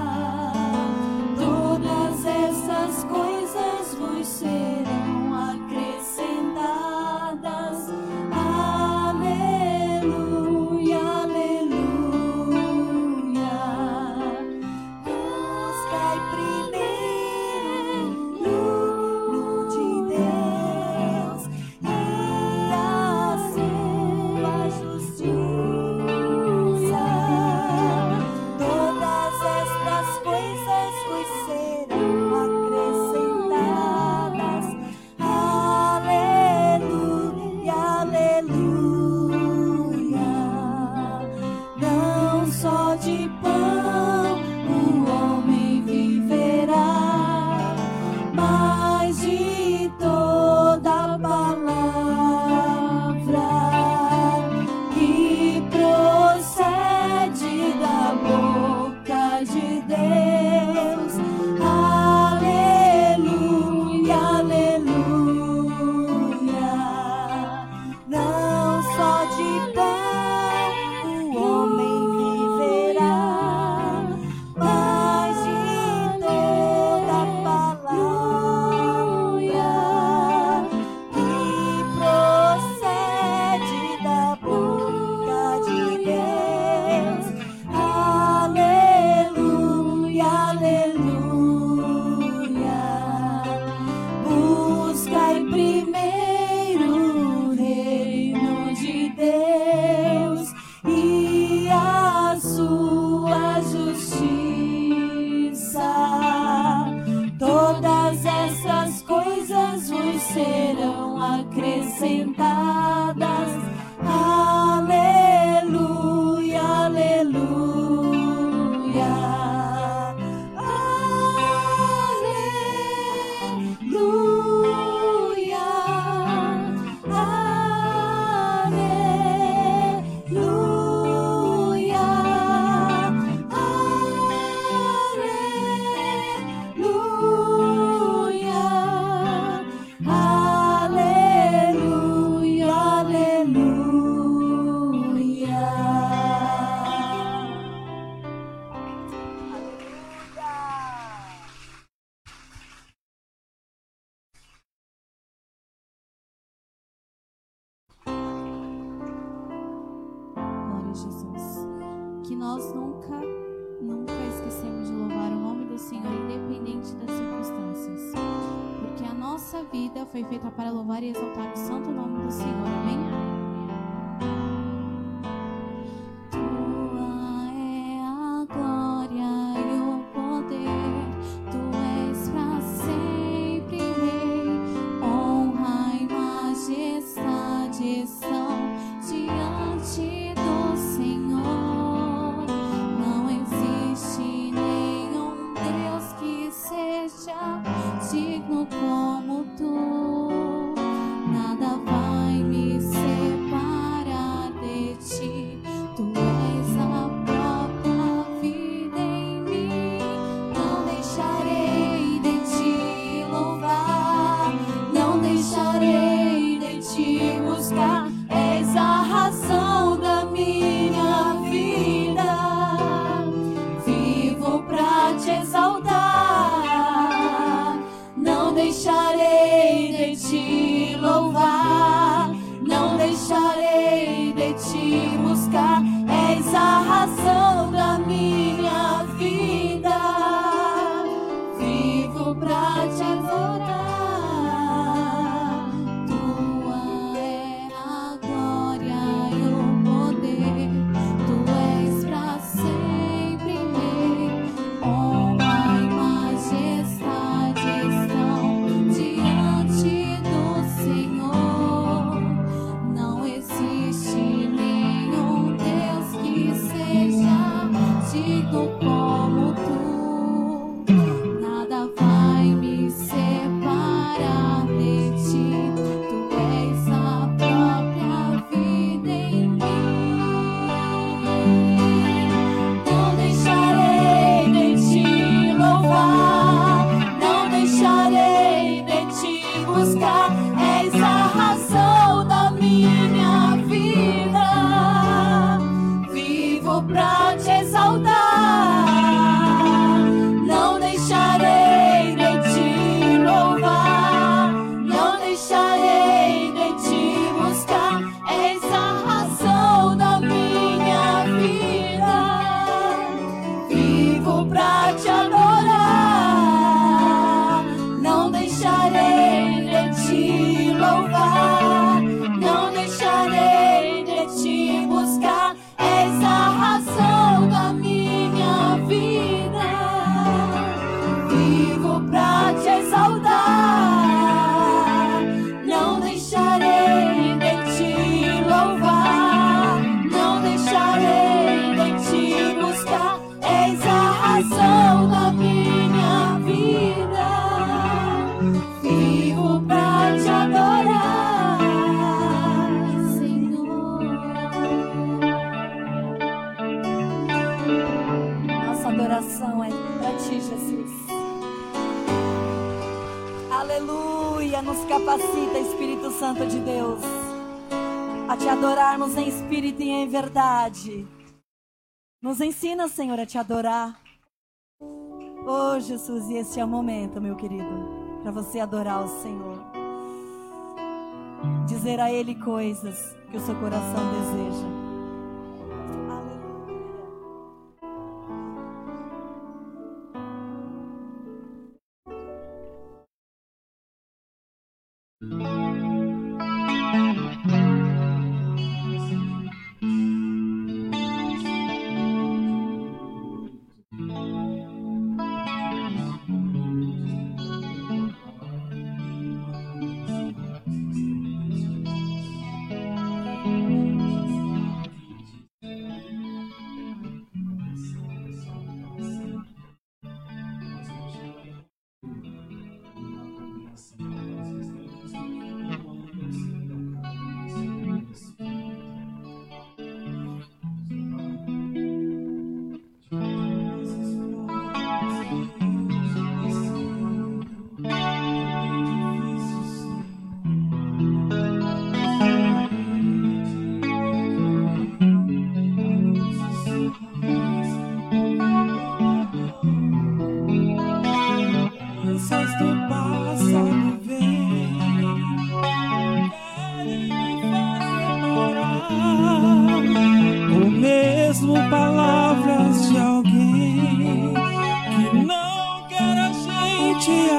[SPEAKER 3] Todas essas coisas vos serão acrescentadas. serão acrescentadas. Aleluia, aleluia.
[SPEAKER 7] Jesus, que nós nunca, nunca esquecemos de louvar o nome do Senhor, independente das circunstâncias, porque a nossa vida foi feita para louvar e exaltar o santo nome do Senhor, amém? Tua é a glória e o poder, Tu és pra sempre Rei, honra e majestade são diante do Senhor. Não existe nenhum Deus que seja digno como Tu. Nada vai me separar de Ti. Tu és a própria vida em mim. Não deixarei de Te louvar, não deixarei de Te buscar. És a razão da minha vida. Vivo pra Te exaltar. Não deixarei de Te louvar, não deixarei de Te buscar. És a razão da minha vida. Vivo pra Te adorar. Tua é a glória e o poder. Tu és pra sempre Rei. Honra e majestade estão diante do Senhor. Não existe nenhum Deus que seja digno como Tu. Nada vai me separar de Ti. Tu és a própria vida em mim. Não deixarei de Te louvar, não deixarei de Te buscar. És a razão da minha vida. Vivo pra Te exaltar. Não deixarei de Te louvar, não deixarei de Te buscar. És a razão da minha vida. Vivo pra Te adorar. Não deixarei de Te louvar, não deixarei de Te buscar. És a razão da minha vida. Vivo pra Te exaltar. Não deixarei de Te louvar, não deixarei de Te buscar. És a razão da minha vida. Vivo pra Te adorar, Senhor.
[SPEAKER 3] Nossa adoração é para Ti, Jesus. Aleluia, nos capacita, Espírito Santo de Deus, a Te adorarmos em espírito e em verdade. Nos ensina, Senhor, a Te adorar. Oh, Jesus, e este é o momento, meu querido, para você adorar o Senhor. Dizer a Ele coisas que o seu coração deseja. Aleluia.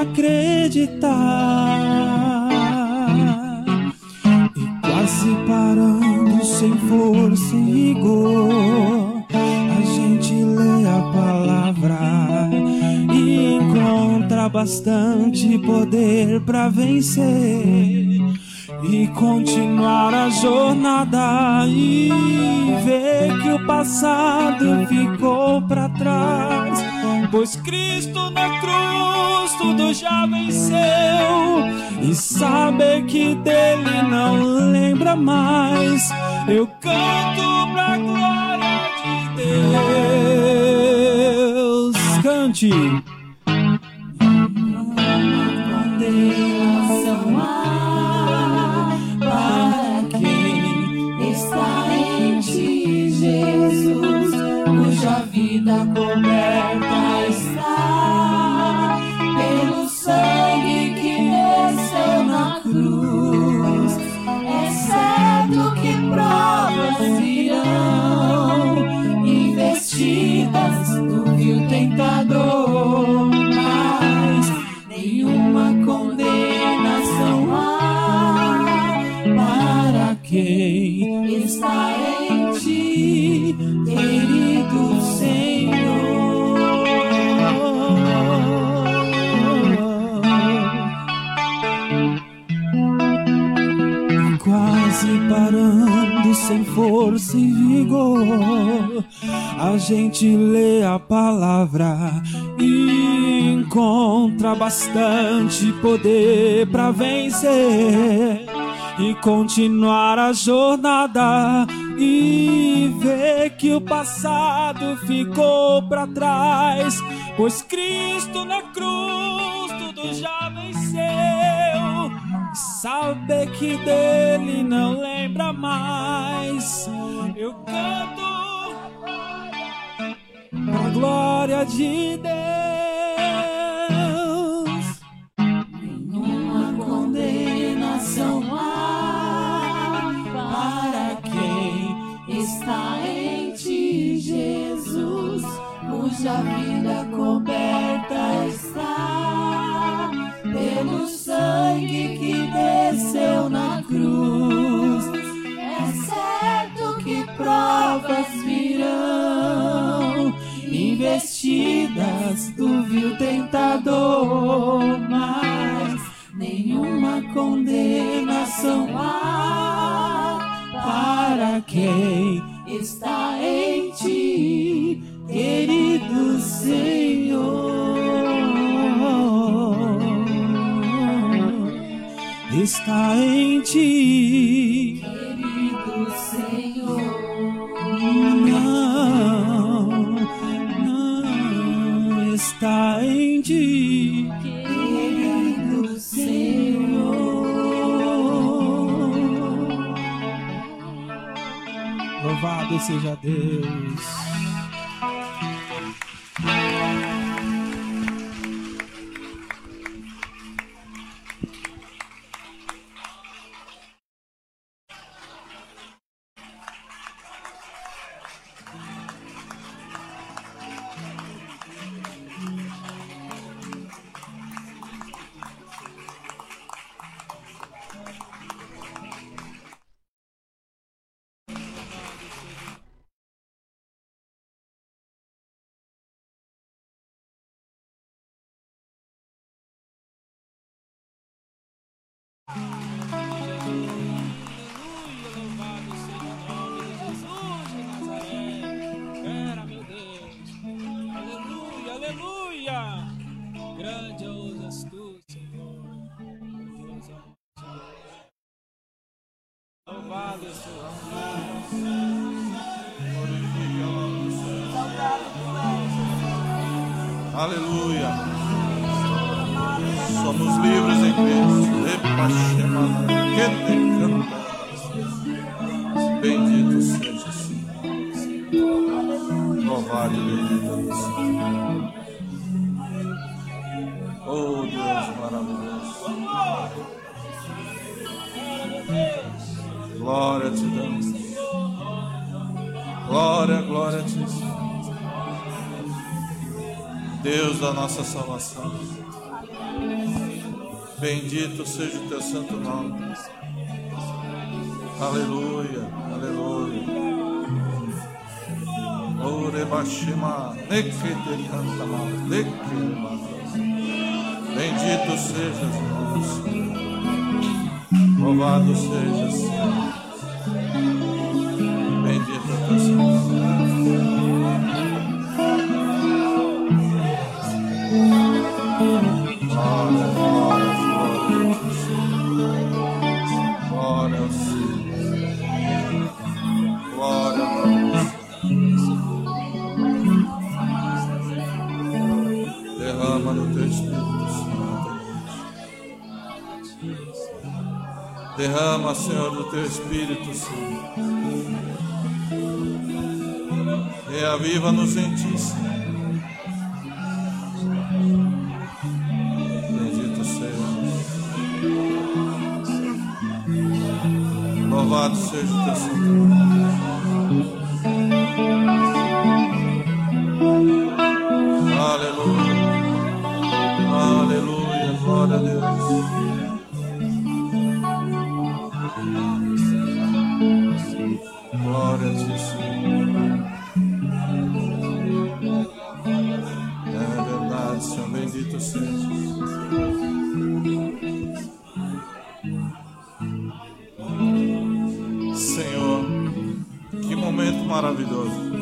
[SPEAKER 8] acreditar. E quase parando, sem força e vigor, a gente lê a palavra e encontra bastante poder para vencer e continuar a jornada e ver que o passado ficou para trás, pois Cristo na cruz tudo já venceu, e saber que dele não lembra mais. Eu canto pra glória de Deus. Cante.
[SPEAKER 3] Condenação há para quem está em ti, Jesus, cuja vida coberta está pelo sangue que desceu na cruz. É certo que provas virão, investidas do vil tentador, mas nenhuma condenação há para quem está em ti, querido Senhor. Quase parando, sem força e vigor, a gente lê a palavra e encontra bastante poder para vencer e continuar a jornada e ver que o passado ficou para trás, pois Cristo na cruz tudo já venceu. Saber que dele não lembra mais. Eu canto pra glória de Deus. Nenhuma condenação há para quem está em ti, Jesus, cuja vida coberta está pelo sangue que desceu na cruz. É certo que provas virão, investidas do vil tentador, mas nenhuma condenação há para quem está em ti, querido Senhor. Está em ti, querido Senhor. Não, não está em ti, querido Senhor. Louvado seja Deus. Grande és tu, Senhor. Louvado seja
[SPEAKER 4] Aleluia. Somos livres em Cristo. Bendito seja o Senhor. Louvado e bendito Senhor. Oh Deus maravilhoso. Glória a ti, Deus. Glória, glória a ti, Deus da nossa salvação. Bendito seja o teu santo nome. Aleluia, aleluia. Orebashima, neketerihantama, nekerebata. Bendito sejas, Senhor. Louvado sejas, Senhor. Bendito é o teu santo nome. Glória, glória, glória. Glória ao Senhor. Glória a Deus. Derrama no teu Espírito Santo. Derrama, Senhor, do teu Espírito Santo. Reaviva-nos em ti, Senhor. Bendito sejas. Louvado seja o teu santo nome. Aleluia. Aleluia. Glória a Deus. Glória a ti, Senhor. É verdade, Senhor. Bendito seja. Senhor, que momento maravilhoso.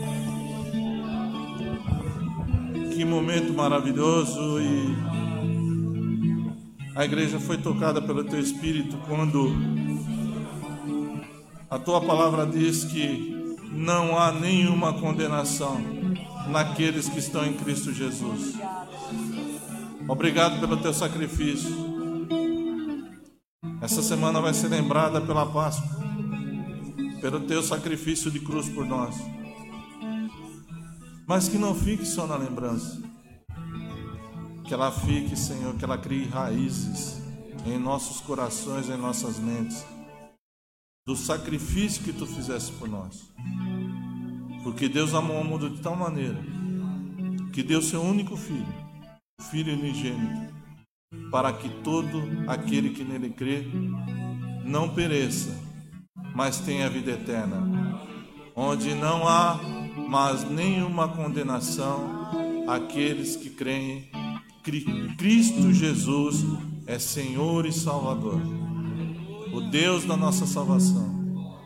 [SPEAKER 4] Que momento maravilhoso. E a igreja foi tocada pelo teu Espírito quando a tua palavra diz que não há nenhuma condenação naqueles que estão em Cristo Jesus. Obrigado pelo teu sacrifício. Essa semana vai ser lembrada pela Páscoa, pelo teu sacrifício de cruz por nós. Mas que não fique só na lembrança. Que ela fique, Senhor, que ela crie raízes em nossos corações, em nossas mentes, do sacrifício que tu fizeste por nós. Porque Deus amou o mundo de tal maneira que deu seu único filho, o Filho unigênito, para que todo aquele que nele crê não pereça, mas tenha vida eterna, onde não há mais nenhuma condenação àqueles que creem que Cristo Jesus é Senhor e Salvador, o Deus da nossa salvação.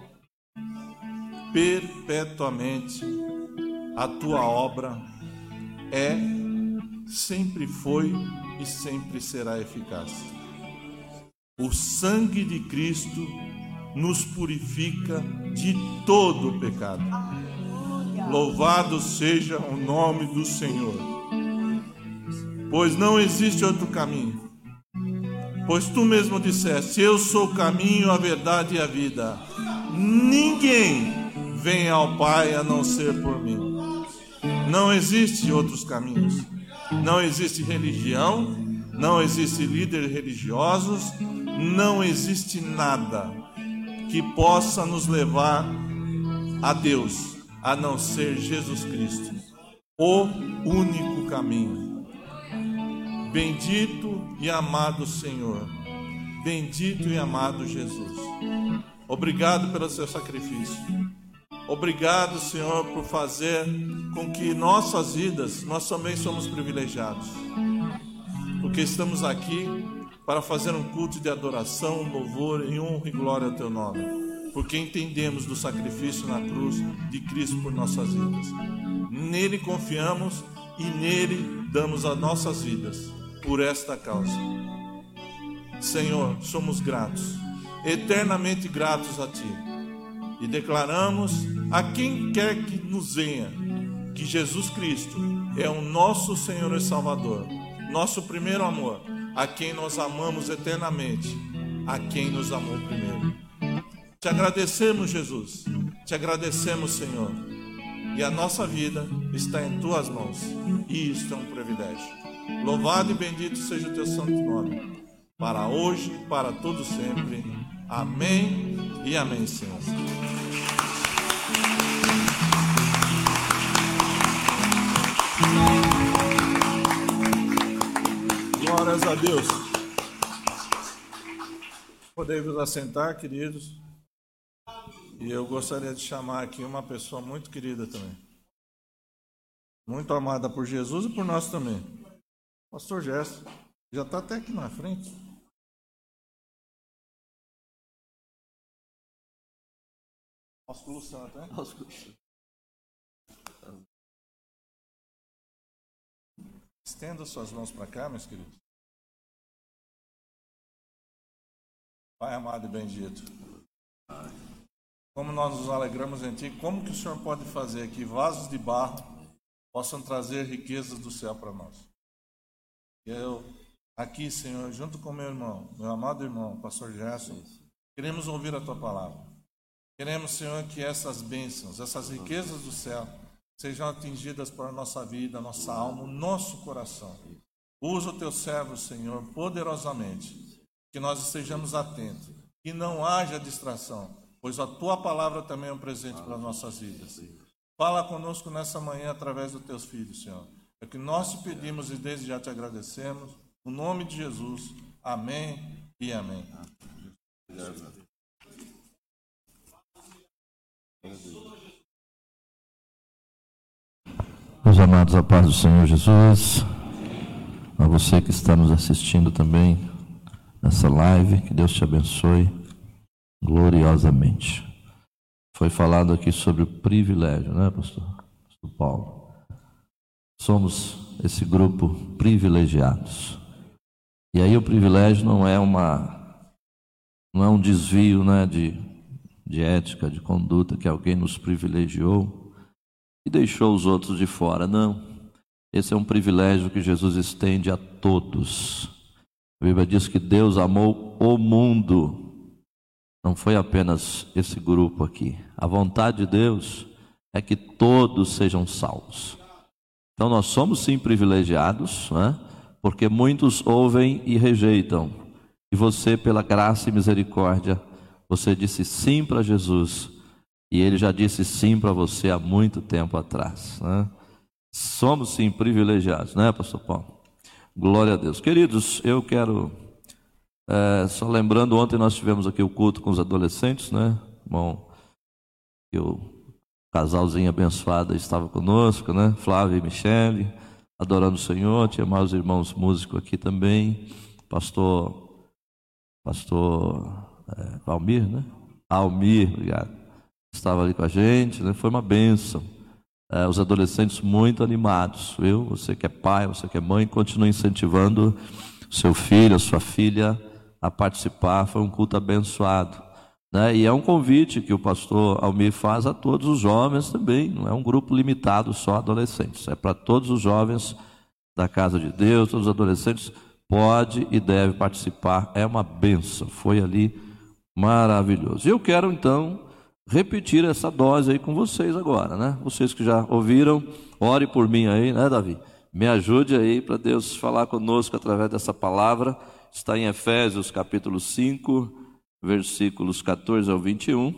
[SPEAKER 4] Perpetuamente a tua obra é, sempre foi e sempre será eficaz. O sangue de Cristo nos purifica de todo o pecado. Louvado seja o nome do Senhor. Pois não existe outro caminho. Pois tu mesmo disseste: eu sou o caminho, a verdade e a vida. Ninguém vem ao Pai a não ser por mim. Não existe outros caminhos. Não existe religião, não existe líderes religiosos, não existe nada que possa nos levar a Deus, a não ser Jesus Cristo, o único caminho. Bendito e amado Senhor, bendito e amado Jesus. Obrigado pelo seu sacrifício. Obrigado, Senhor, por fazer com que nossas vidas, nós também somos privilegiados, porque estamos aqui para fazer um culto de adoração, louvor e honra e glória ao teu nome, porque entendemos do sacrifício na cruz de Cristo por nossas vidas. Nele confiamos e nele damos as nossas vidas por esta causa. Senhor, somos gratos, eternamente gratos a ti, e declaramos a quem quer que nos venha que Jesus Cristo é o nosso Senhor e Salvador, nosso primeiro amor, a quem nós amamos eternamente, a quem nos amou primeiro. Te agradecemos, Jesus, te agradecemos, Senhor, e a nossa vida está em tuas mãos, e isto é um privilégio. Louvado e bendito seja o teu santo nome, para hoje e para todo sempre. Amém e amém, Senhor. Glórias a Deus. Podemos assentar, queridos. E eu gostaria de chamar aqui uma pessoa muito querida também. Muito amada por Jesus e por nós também. Pastor Gerson. Já está até aqui na frente. Ósculo Santo, né? Ósculo Santo. Estenda suas mãos para cá, meus queridos. Pai amado e bendito, como nós nos alegramos em Ti, como que o Senhor pode fazer que vasos de barro possam trazer riquezas do céu para nós? Eu, aqui, Senhor, junto com meu irmão, meu amado irmão, pastor Gerson, queremos ouvir a Tua palavra. Queremos, Senhor, que essas bênçãos, essas riquezas do céu sejam atingidas para a nossa vida, a nossa alma, o nosso coração. Usa o Teu servo, Senhor, poderosamente. Que nós estejamos atentos, que não haja distração, pois a Tua palavra também é um presente para as nossas vidas. Fala conosco nessa manhã através dos Teus filhos, Senhor. É o que nós te pedimos e desde já te agradecemos. No nome de Jesus, amém e amém.
[SPEAKER 9] Meus amados, a paz do Senhor Jesus, a você que está nos assistindo também nessa live, que Deus te abençoe gloriosamente. Foi falado aqui sobre o privilégio, né, pastor? Pastor Paulo. Somos esse grupo privilegiados. E aí o privilégio não é uma, não é um desvio, né, de, de ética, de conduta, que alguém nos privilegiou e deixou os outros de fora. Não. Esse é um privilégio que Jesus estende a todos. A Bíblia diz que Deus amou o mundo. Não foi apenas esse grupo aqui. A vontade de Deus é que todos sejam salvos. Então nós somos sim privilegiados, né? Porque muitos ouvem e rejeitam. E você, pela graça e misericórdia, você disse sim para Jesus. E Ele já disse sim para você há muito tempo atrás, né? Somos sim privilegiados, né, pastor Paulo? Glória a Deus. Queridos, eu quero, é, só lembrando, ontem nós tivemos aqui o culto com os adolescentes, né? Bom, que o casalzinho abençoado estava conosco, né? Flávio e Michele, adorando o Senhor. Tinha mais irmãos músicos aqui também. Pastor, pastor é, Almir, né? Almir, obrigado. Estava ali com a gente, né? Foi uma bênção. É, os adolescentes muito animados, viu? Você que é pai, você que é mãe, continue incentivando seu filho, a sua filha a participar. Foi um culto abençoado, né? E é um convite que o pastor Almir faz a todos os jovens também. Não é um grupo limitado só a adolescentes, é para todos os jovens da casa de Deus. Todos os adolescentes pode e deve participar. É uma bênção, foi ali maravilhoso. E eu quero então repetir essa dose aí com vocês agora, né? Vocês que já ouviram, ore por mim aí, né, Davi? Me ajude aí para Deus falar conosco através dessa palavra. Está em Efésios capítulo cinco, versículos catorze ao vinte e um.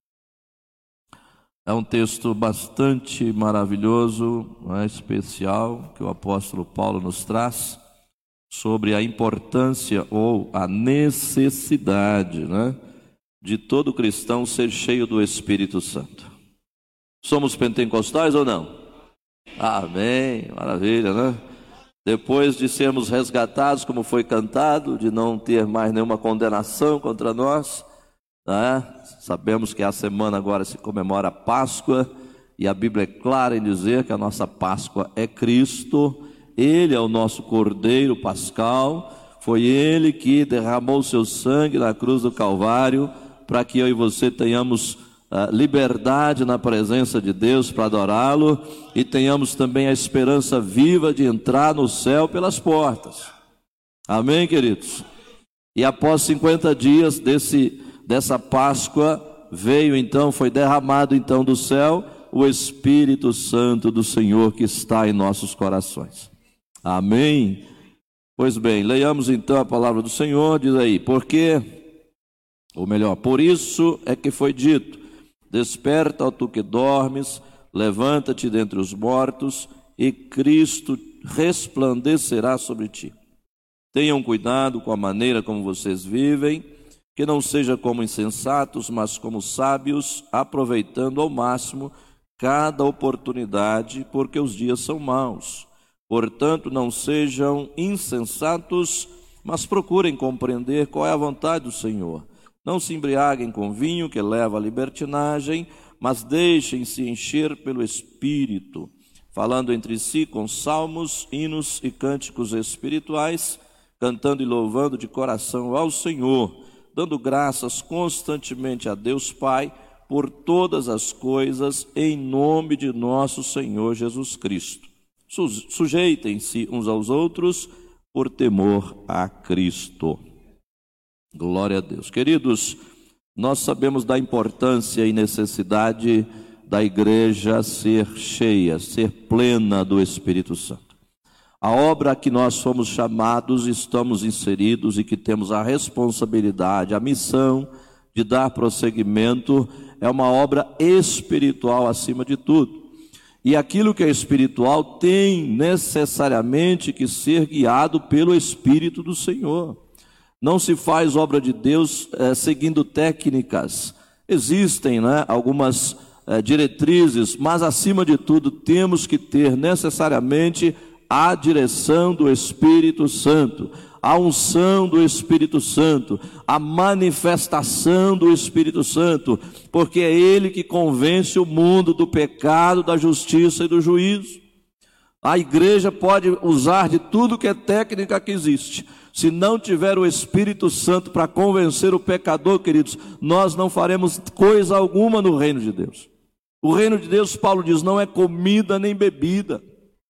[SPEAKER 9] É um texto bastante maravilhoso, né, especial, que o apóstolo Paulo nos traz sobre a importância ou a necessidade, né, de todo cristão ser cheio do Espírito Santo. Somos pentecostais ou não? Amém, maravilha, né? Depois de sermos resgatados, como foi cantado, de não ter mais nenhuma condenação contra nós, né? Sabemos que a semana agora se comemora a Páscoa, e a Bíblia é clara em dizer que a nossa Páscoa é Cristo. Ele é o nosso Cordeiro Pascal, foi Ele que derramou o seu sangue na cruz do Calvário, para que eu e você tenhamos uh, liberdade na presença de Deus para adorá-lo, e tenhamos também a esperança viva de entrar no céu pelas portas. Amém, queridos? E após cinquenta dias desse, dessa Páscoa, veio então, foi derramado então do céu o Espírito Santo do Senhor que está em nossos corações. Amém? Pois bem, leiamos então a palavra do Senhor. Diz aí, porque... ou melhor, por isso é que foi dito: desperta, ó tu que dormes, levanta-te dentre os mortos, e Cristo resplandecerá sobre ti. Tenham cuidado com a maneira como vocês vivem, que não seja como insensatos, mas como sábios, aproveitando ao máximo cada oportunidade, porque os dias são maus. Portanto, não sejam insensatos, mas procurem compreender qual é a vontade do Senhor. Não se embriaguem com vinho, que leva à libertinagem, mas deixem-se encher pelo Espírito, falando entre si com salmos, hinos e cânticos espirituais, cantando e louvando de coração ao Senhor, dando graças constantemente a Deus Pai por todas as coisas, em nome de nosso Senhor Jesus Cristo. Sujeitem-se uns aos outros por temor a Cristo. Glória a Deus. Queridos, nós sabemos da importância e necessidade da igreja ser cheia, ser plena do Espírito Santo. A obra a que nós fomos chamados, estamos inseridos e que temos a responsabilidade, a missão de dar prosseguimento, é uma obra espiritual acima de tudo. E aquilo que é espiritual tem necessariamente que ser guiado pelo Espírito do Senhor. Não se faz obra de Deus é, seguindo técnicas. Existem, né, algumas é, diretrizes, mas acima de tudo temos que ter necessariamente a direção do Espírito Santo, a unção do Espírito Santo, a manifestação do Espírito Santo, porque é Ele que convence o mundo do pecado, da justiça e do juízo. A igreja pode usar de tudo que é técnica que existe. Se não tiver o Espírito Santo para convencer o pecador, queridos, nós não faremos coisa alguma no reino de Deus. O reino de Deus, Paulo diz, não é comida nem bebida.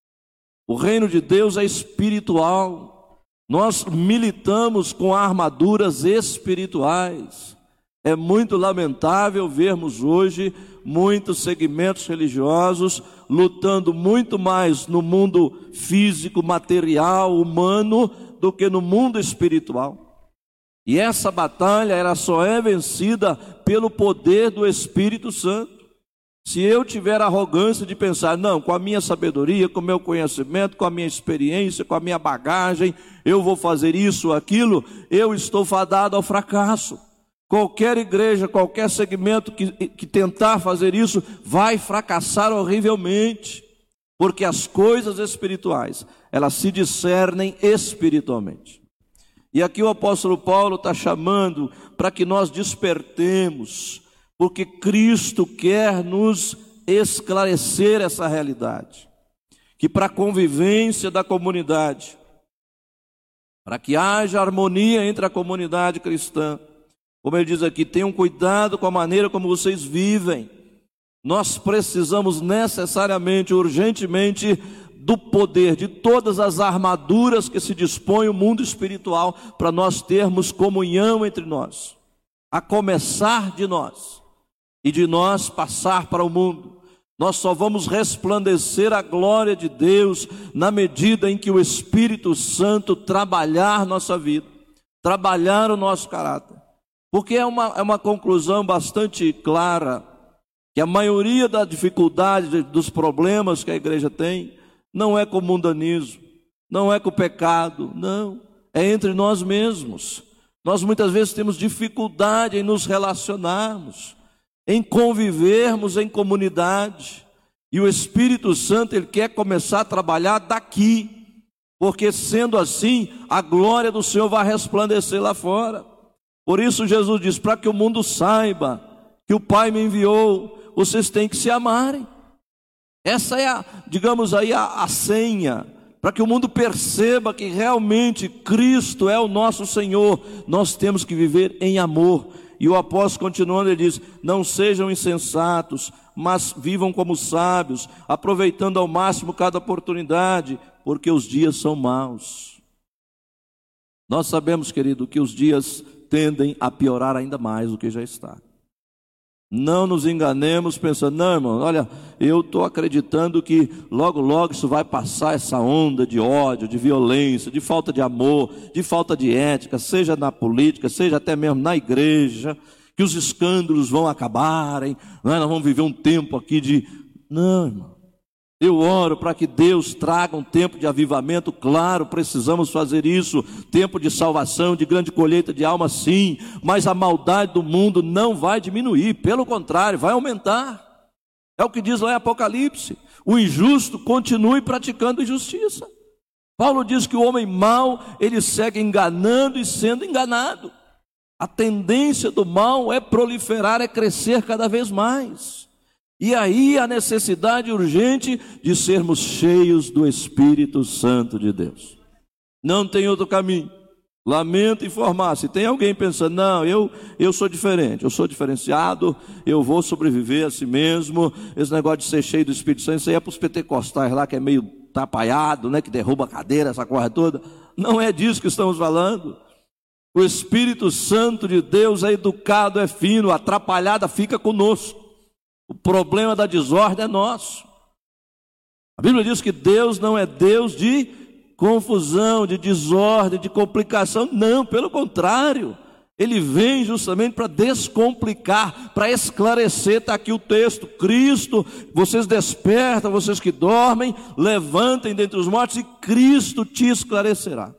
[SPEAKER 9] O reino de Deus é espiritual. Nós militamos com armaduras espirituais. É muito lamentável vermos hoje muitos segmentos religiosos lutando muito mais no mundo físico, material, humano, do que no mundo espiritual. E essa batalha ela só é vencida pelo poder do Espírito Santo. Se eu tiver arrogância de pensar, não, com a minha sabedoria, com o meu conhecimento, com a minha experiência, com a minha bagagem, eu vou fazer isso ou aquilo, eu estou fadado ao fracasso. Qualquer igreja, qualquer segmento que, que tentar fazer isso, vai fracassar horrivelmente, porque as coisas espirituais, elas se discernem espiritualmente. E aqui o apóstolo Paulo está chamando para que nós despertemos, porque Cristo quer nos esclarecer essa realidade, que para a convivência da comunidade, para que haja harmonia entre a comunidade cristã, como ele diz aqui, tenham cuidado com a maneira como vocês vivem. Nós precisamos necessariamente, urgentemente, do poder, de todas as armaduras que se dispõe o mundo espiritual para nós termos comunhão entre nós, a começar de nós e de nós passar para o mundo. Nós só vamos resplandecer a glória de Deus na medida em que o Espírito Santo trabalhar nossa vida, trabalhar o nosso caráter. Porque é uma, é uma conclusão bastante clara, que a maioria da dificuldade, dos problemas que a igreja tem, não é com o mundanismo, não é com o pecado, não, é entre nós mesmos. Nós muitas vezes temos dificuldade em nos relacionarmos, em convivermos em comunidade, e o Espírito Santo ele quer começar a trabalhar daqui, porque sendo assim, a glória do Senhor vai resplandecer lá fora. Por isso Jesus diz, para que o mundo saiba que o Pai me enviou, vocês têm que se amarem. Essa é a, digamos aí, a, a senha, para que o mundo perceba que realmente Cristo é o nosso Senhor, nós temos que viver em amor. E o apóstolo continuando, ele diz, não sejam insensatos, mas vivam como sábios, aproveitando ao máximo cada oportunidade, porque os dias são maus. Nós sabemos, querido, que os dias tendem a piorar ainda mais do que já está. Não nos enganemos pensando, não, irmão, olha, eu estou acreditando que logo, logo isso vai passar, essa onda de ódio, de violência, de falta de amor, de falta de ética, seja na política, seja até mesmo na igreja, que os escândalos vão acabarem, não é? Nós vamos viver um tempo aqui de... Não, irmão, Eu oro para que Deus traga um tempo de avivamento, claro, precisamos fazer isso, tempo de salvação, de grande colheita de almas, sim, mas a maldade do mundo não vai diminuir, pelo contrário, vai aumentar. É o que diz lá em Apocalipse, o injusto continue praticando injustiça. Paulo diz que o homem mau, ele segue enganando e sendo enganado. A tendência do mal é proliferar, é crescer cada vez mais. E aí a necessidade urgente de sermos cheios do Espírito Santo de Deus. Não tem outro caminho. Lamento informar, se tem alguém pensando, não, eu, eu sou diferente, eu sou diferenciado, eu vou sobreviver a si mesmo, esse negócio de ser cheio do Espírito Santo, isso aí é para os pentecostais lá, que é meio tapaiado, né, que derruba a cadeira, essa coisa toda. Não é disso que estamos falando. O Espírito Santo de Deus é educado, é fino, a atrapalhada fica conosco. O problema da desordem é nosso. A Bíblia diz que Deus não é Deus de confusão, de desordem, de complicação. Não, pelo contrário. Ele vem justamente para descomplicar, para esclarecer. Está aqui o texto. Cristo, vocês despertam, vocês que dormem, levantem dentre os mortos e Cristo te esclarecerá.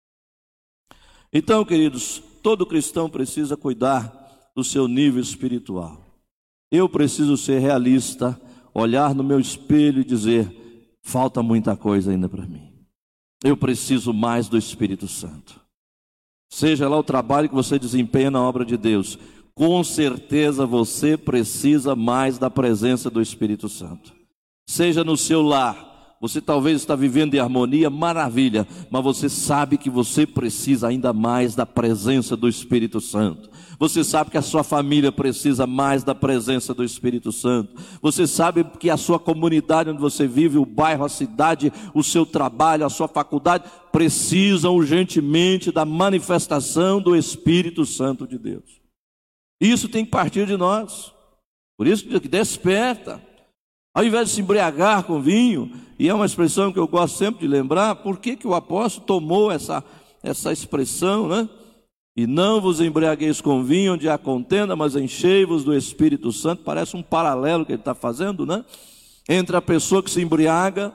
[SPEAKER 9] Então, queridos, todo cristão precisa cuidar do seu nível espiritual. Eu preciso ser realista, olhar no meu espelho e dizer, falta muita coisa ainda para mim. Eu preciso mais do Espírito Santo. Seja lá o trabalho que você desempenha na obra de Deus, com certeza você precisa mais da presença do Espírito Santo. Seja no seu lar, você talvez está vivendo em harmonia, maravilha, mas você sabe que você precisa ainda mais da presença do Espírito Santo. Você sabe que a sua família precisa mais da presença do Espírito Santo. Você sabe que a sua comunidade onde você vive, o bairro, a cidade, o seu trabalho, a sua faculdade, precisam urgentemente da manifestação do Espírito Santo de Deus. Isso tem que partir de nós. Por isso que desperta. Ao invés de se embriagar com vinho, e é uma expressão que eu gosto sempre de lembrar, por que que o apóstolo tomou essa, essa expressão, né? E não vos embriagueis com vinho, onde há contenda, mas enchei-vos do Espírito Santo. Parece um paralelo que ele está fazendo, né? Entre a pessoa que se embriaga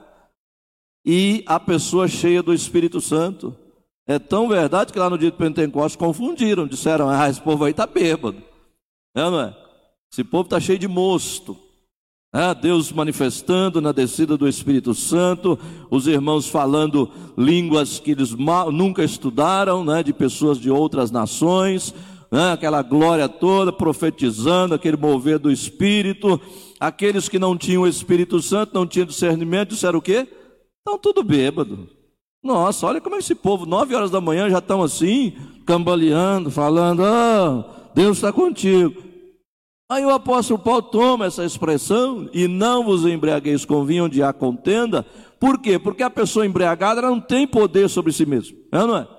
[SPEAKER 9] e a pessoa cheia do Espírito Santo. É tão verdade que lá no dia de Pentecostes confundiram, disseram, ah, esse povo aí está bêbado. É, não é? Esse povo está cheio de mosto. É, Deus manifestando na descida do Espírito Santo, os irmãos falando línguas que eles mal, nunca estudaram, né, de pessoas de outras nações, né, aquela glória toda, profetizando, aquele mover do Espírito. Aqueles que não tinham o Espírito Santo, não tinham discernimento, disseram o quê? Estão tudo bêbado. Nossa, olha como é esse povo, nove horas da manhã já estão assim, cambaleando, falando, ah, Deus está contigo. Aí o apóstolo Paulo toma essa expressão, e não vos embriagueis com vinho onde há contenda. Por quê? Porque a pessoa embriagada ela não tem poder sobre si mesma, não é?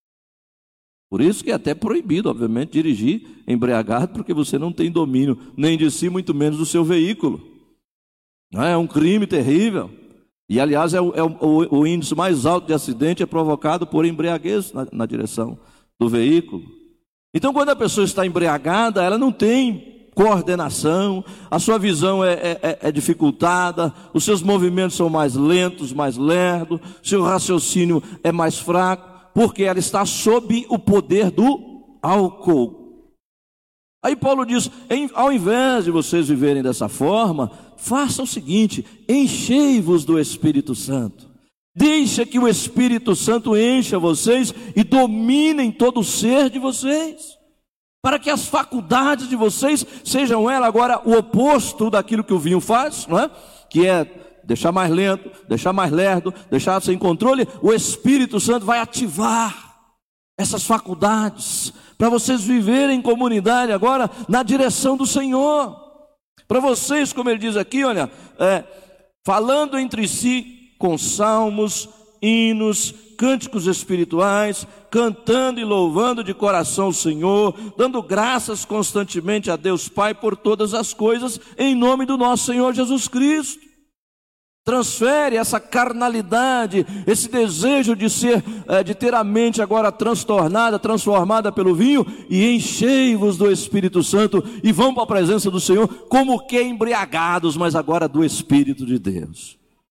[SPEAKER 9] Por isso que é até proibido, obviamente, dirigir embriagado, porque você não tem domínio nem de si, muito menos do seu veículo. Não é? É um crime terrível. E aliás, é, o, é o, o índice mais alto de acidente é provocado por embriaguez na, na direção do veículo. Então, quando a pessoa está embriagada, ela não tem coordenação, a sua visão é, é, é dificultada, os seus movimentos são mais lentos, mais lerdos, seu raciocínio é mais fraco, porque ela está sob o poder do álcool. Aí Paulo diz, em, ao invés de vocês viverem dessa forma, façam o seguinte, enchei-vos do Espírito Santo. Deixa que o Espírito Santo encha vocês e dominem todo o ser de vocês. Para que as faculdades de vocês sejam ela agora o oposto daquilo que o vinho faz, não é? Que é deixar mais lento, deixar mais lerdo, deixar sem controle. O Espírito Santo vai ativar essas faculdades para vocês viverem em comunidade agora na direção do Senhor. Para vocês, como ele diz aqui, olha, é, falando entre si com salmos, hinos, cânticos espirituais, cantando e louvando de coração o Senhor, dando graças constantemente a Deus Pai por todas as coisas, em nome do nosso Senhor Jesus Cristo. Transfere essa carnalidade, esse desejo de ser, de ter a mente agora transtornada, transformada pelo vinho, e enchei-vos do Espírito Santo, e vão para a presença do Senhor, como que embriagados, mas agora do Espírito de Deus.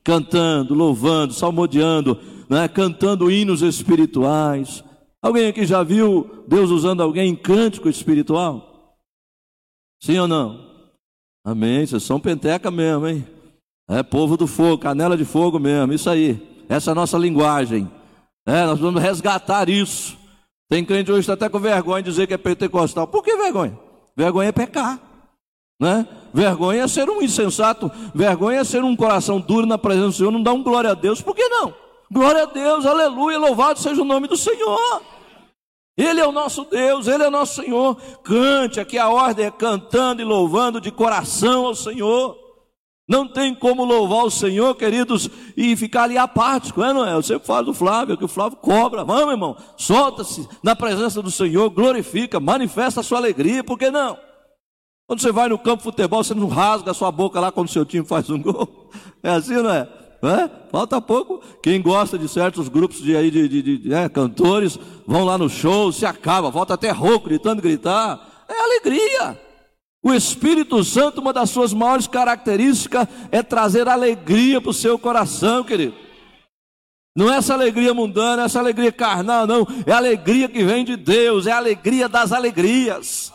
[SPEAKER 9] cantando, louvando, salmodiando, né? Cantando hinos espirituais. Alguém aqui já viu Deus usando alguém em cântico espiritual? Sim ou não? Amém, vocês são penteca mesmo, hein? É povo do fogo, canela de fogo mesmo, isso aí. Essa é a nossa linguagem. É, nós vamos resgatar isso. Tem crente hoje que está até com vergonha de dizer que é pentecostal. Por que vergonha? Vergonha é pecar, né? Vergonha é ser um insensato. Vergonha é ser um coração duro na presença do Senhor. Não dá um glória a Deus. Por que não? Glória a Deus, aleluia, louvado seja o nome do Senhor. Ele é o nosso Deus, Ele é o nosso Senhor. Cante, aqui a ordem é cantando e louvando de coração ao Senhor. Não tem como louvar o Senhor, queridos, e ficar ali apático, é, não é? Eu sempre falo do Flávio, que o Flávio cobra. Vamos, irmão, solta-se na presença do Senhor, glorifica, manifesta a sua alegria, por que não? Quando você vai no campo de futebol, você não rasga a sua boca lá quando o seu time faz um gol. É assim, não é? É? Falta pouco. Quem gosta de certos grupos de, aí, de, de, de, de é, cantores, vão lá no show, se acaba, volta até rouco, gritando, gritar. É alegria. O Espírito Santo, uma das suas maiores características é trazer alegria para o seu coração, querido. Não é essa alegria mundana, é essa alegria carnal, não. É a alegria que vem de Deus, é a alegria das alegrias.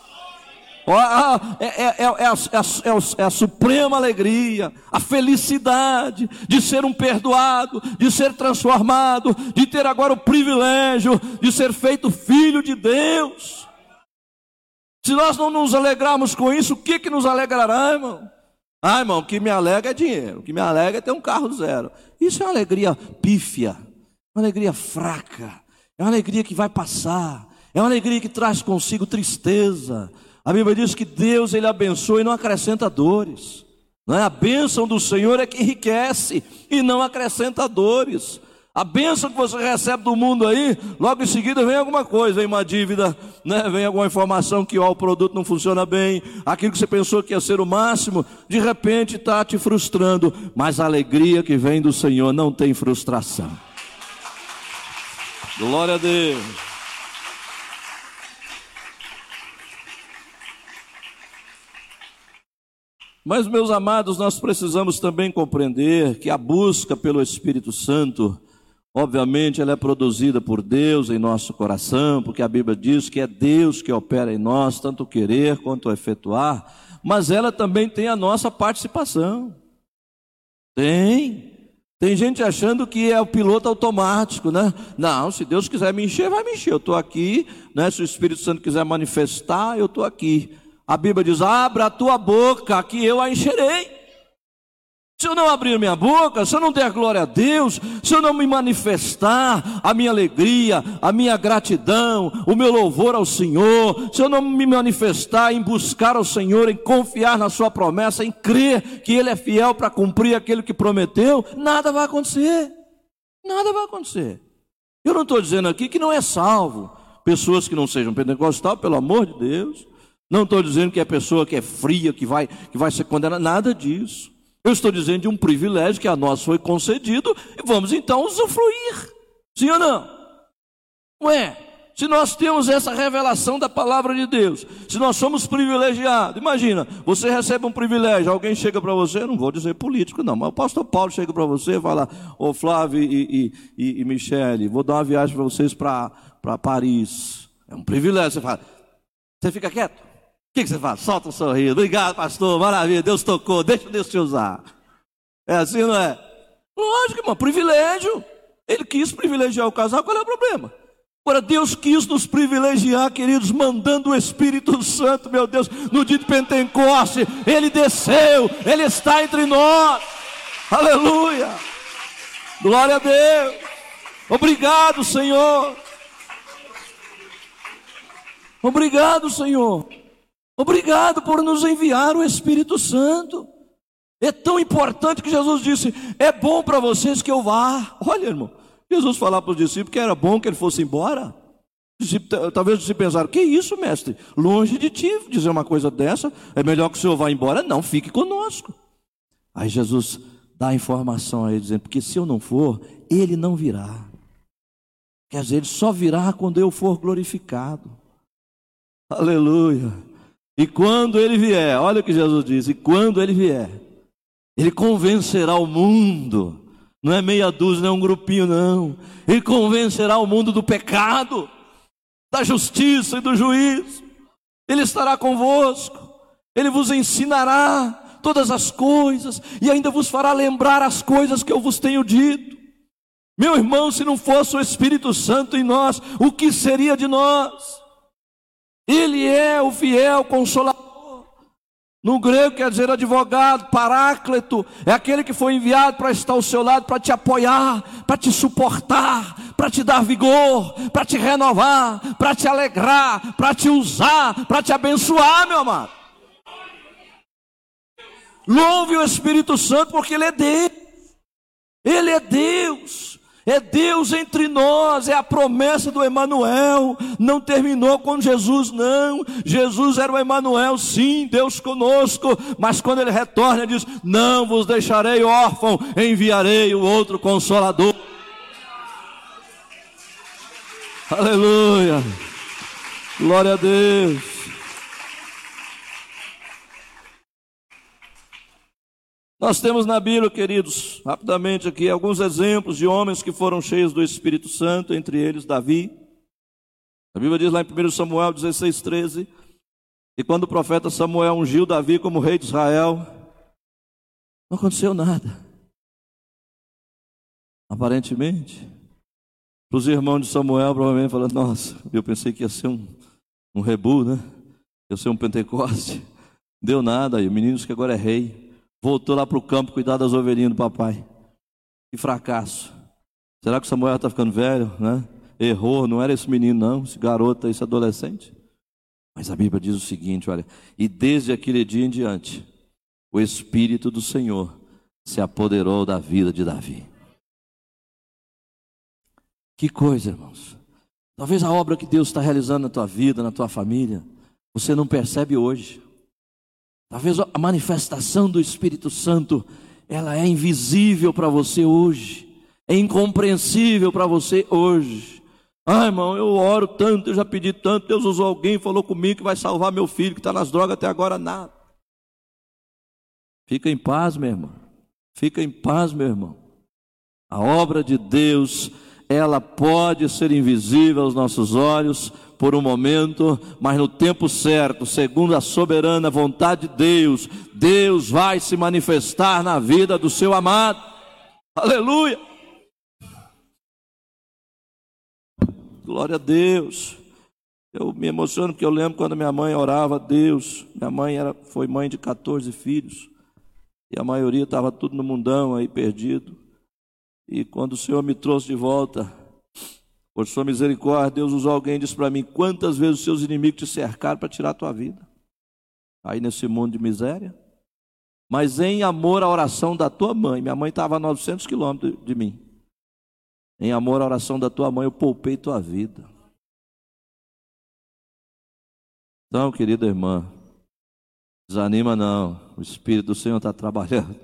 [SPEAKER 9] É, é, é, é, a, é, a, é a suprema alegria, a felicidade de ser um perdoado, de ser transformado, de ter agora o privilégio de ser feito filho de Deus. Se nós não nos alegrarmos com isso, o que que nos alegrará, irmão? Ah, irmão, o que me alegra é dinheiro, o que me alegra é ter um carro zero. Isso é uma alegria pífia, uma alegria fraca, é uma alegria que vai passar, é uma alegria que traz consigo tristeza. A Bíblia diz que Deus, Ele abençoa e não acrescenta dores. Não é? A bênção do Senhor é que enriquece e não acrescenta dores. A bênção que você recebe do mundo aí, logo em seguida vem alguma coisa, vem uma dívida, né? Vem alguma informação que ó, o produto não funciona bem, aquilo que você pensou que ia ser o máximo, de repente está te frustrando, mas a alegria que vem do Senhor não tem frustração. Glória a Deus. Mas, meus amados, nós precisamos também compreender que a busca pelo Espírito Santo, obviamente, ela é produzida por Deus em nosso coração, porque a Bíblia diz que é Deus que opera em nós, tanto o querer quanto o efetuar, mas ela também tem a nossa participação. Tem. Tem gente achando que é o piloto automático, né? Não, se Deus quiser me encher, vai me encher. Eu estou aqui, né? Se o Espírito Santo quiser manifestar, eu estou aqui. A Bíblia diz, abra a tua boca, que eu a encherei. Se eu não abrir minha boca, se eu não der glória a Deus, se eu não me manifestar a minha alegria, a minha gratidão, o meu louvor ao Senhor, se eu não me manifestar em buscar ao Senhor, em confiar na sua promessa, em crer que Ele é fiel para cumprir aquilo que prometeu, nada vai acontecer. Nada vai acontecer. Eu não estou dizendo aqui que não é salvo pessoas que não sejam pentecostal, pelo amor de Deus. Não estou dizendo que é pessoa que é fria, que vai, que vai ser condenada, nada disso. Eu estou dizendo de um privilégio que a nós foi concedido e vamos então usufruir. Sim ou não? Ué, se nós temos essa revelação da palavra de Deus, se nós somos privilegiados, imagina, você recebe um privilégio, alguém chega para você, não vou dizer político não, mas o pastor Paulo chega para você e fala, ô Flávio e, e, e, e Michele, vou dar uma viagem para vocês para Paris. É um privilégio, você fala, você fica quieto? O que, que você faz? Solta um sorriso. Obrigado, pastor. Maravilha. Deus tocou. Deixa Deus te usar. É assim, não é? Lógico, irmão. Privilégio. Ele quis privilegiar o casal. Qual é o problema? Agora, Deus quis nos privilegiar, queridos, mandando o Espírito Santo, meu Deus, no dia de Pentecoste. Ele desceu. Ele está entre nós. Aleluia. Glória a Deus. Obrigado, Senhor. Obrigado, Senhor. Obrigado por nos enviar o Espírito Santo. É tão importante que Jesus disse, é bom para vocês que eu vá. Olha, irmão, Jesus falava para os discípulos que era bom que ele fosse embora. Talvez você pensaram, que isso, mestre? Longe de ti dizer uma coisa dessa, é melhor que o Senhor vá embora. Não, fique conosco. Aí Jesus dá a informação a ele, dizendo, porque se eu não for, ele não virá. Quer dizer, ele só virá quando eu for glorificado. Aleluia. E quando ele vier, olha o que Jesus diz, e quando ele vier, Ele convencerá o mundo. Não é meia dúzia, não é um grupinho, não. Ele convencerá o mundo do pecado, da justiça e do juízo. Ele estará convosco. Ele vos ensinará todas as coisas e ainda vos fará lembrar as coisas que eu vos tenho dito. Meu irmão, se não fosse o Espírito Santo em nós, o que seria de nós? Ele é o fiel consolador. No grego quer dizer advogado, paráclito, é aquele que foi enviado para estar ao seu lado, para te apoiar, para te suportar, para te dar vigor, para te renovar, para te alegrar, para te usar, para te abençoar, meu amado. Louve o Espírito Santo porque Ele é Deus, Ele é Deus. É Deus entre nós, é a promessa do Emanuel. Não terminou com Jesus, não. Jesus era o Emanuel, sim, Deus conosco. Mas quando Ele retorna, Ele diz: não vos deixarei órfão, enviarei o outro Consolador. Aleluia, glória a Deus. Nós temos na Bíblia, queridos, rapidamente aqui, alguns exemplos de homens que foram cheios do Espírito Santo, entre eles Davi. A Bíblia diz lá em primeiro Samuel dezesseis, treze, e quando o profeta Samuel ungiu Davi como rei de Israel, não aconteceu nada. Aparentemente, para os irmãos de Samuel, provavelmente falando: nossa, eu pensei que ia ser um, um rebu, né? Ia ser um Pentecoste. Deu nada, e o menino que agora é rei. Voltou lá para o campo cuidar das ovelhinhas do papai. Que fracasso. Será que o Samuel está ficando velho, né? Errou, não era esse menino não, esse garoto, esse adolescente. Mas a Bíblia diz o seguinte, olha: e desde aquele dia em diante, o Espírito do Senhor se apoderou da vida de Davi. Que coisa, irmãos. Talvez a obra que Deus está realizando na tua vida, na tua família, você não percebe hoje. Talvez a manifestação do Espírito Santo, ela é invisível para você hoje, é incompreensível para você hoje. Ah, irmão, eu oro tanto, eu já pedi tanto, Deus usou alguém, falou comigo que vai salvar meu filho, que está nas drogas até agora, nada. Fica em paz, meu irmão, fica em paz, meu irmão. A obra de Deus, ela pode ser invisível aos nossos olhos por um momento, mas no tempo certo, segundo a soberana vontade de Deus, Deus vai se manifestar na vida do seu amado. Aleluia! Glória a Deus. Eu me emociono porque eu lembro quando minha mãe orava a Deus. Minha mãe era, foi mãe de quatorze filhos, e a maioria estava tudo no mundão aí perdido. E quando o Senhor me trouxe de volta, por sua misericórdia, Deus usou alguém e disse para mim: quantas vezes os seus inimigos te cercaram para tirar a tua vida? Aí nesse mundo de miséria. Mas em amor à oração da tua mãe, minha mãe estava a novecentos quilômetros de mim. Em amor à oração da tua mãe, eu poupei tua vida. Então, querida irmã, desanima não, o Espírito do Senhor está trabalhando.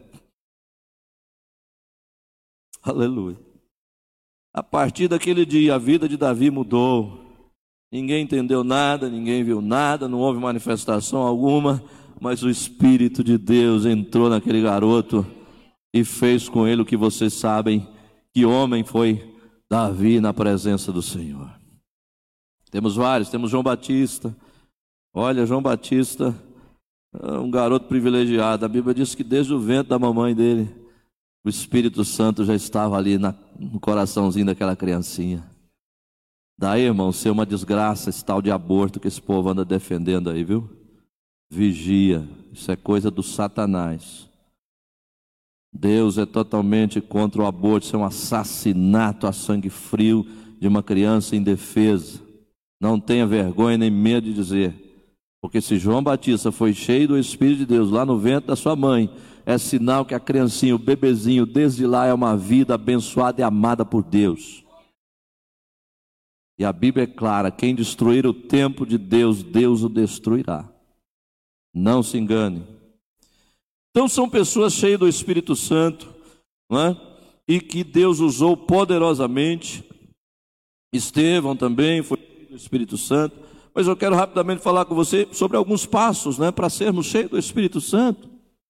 [SPEAKER 9] Aleluia. A partir daquele dia, a vida de Davi mudou. Ninguém entendeu nada, ninguém viu nada, não houve manifestação alguma, mas o Espírito de Deus entrou naquele garoto e fez com ele o que vocês sabem. Que homem foi Davi na presença do Senhor. Temos vários, temos João Batista. Olha, João Batista, um garoto privilegiado. A Bíblia diz que desde o ventre da mamãe dele, o Espírito Santo já estava ali na, no coraçãozinho daquela criancinha. Daí, irmão, ser uma desgraça esse tal de aborto que esse povo anda defendendo aí, viu? Vigia, isso é coisa do Satanás. Deus é totalmente contra o aborto, isso é um assassinato a sangue frio de uma criança indefesa. Não tenha vergonha nem medo de dizer. Porque se João Batista foi cheio do Espírito de Deus lá no ventre da sua mãe, é sinal que a criancinha, o bebezinho, desde lá é uma vida abençoada e amada por Deus. E a Bíblia é clara: quem destruir o templo de Deus, Deus o destruirá. Não se engane. Então são pessoas cheias do Espírito Santo, não é? E que Deus usou poderosamente. Estevão também foi cheio do Espírito Santo. Mas eu quero rapidamente falar com você sobre alguns passos, né, para sermos cheios do Espírito Santo.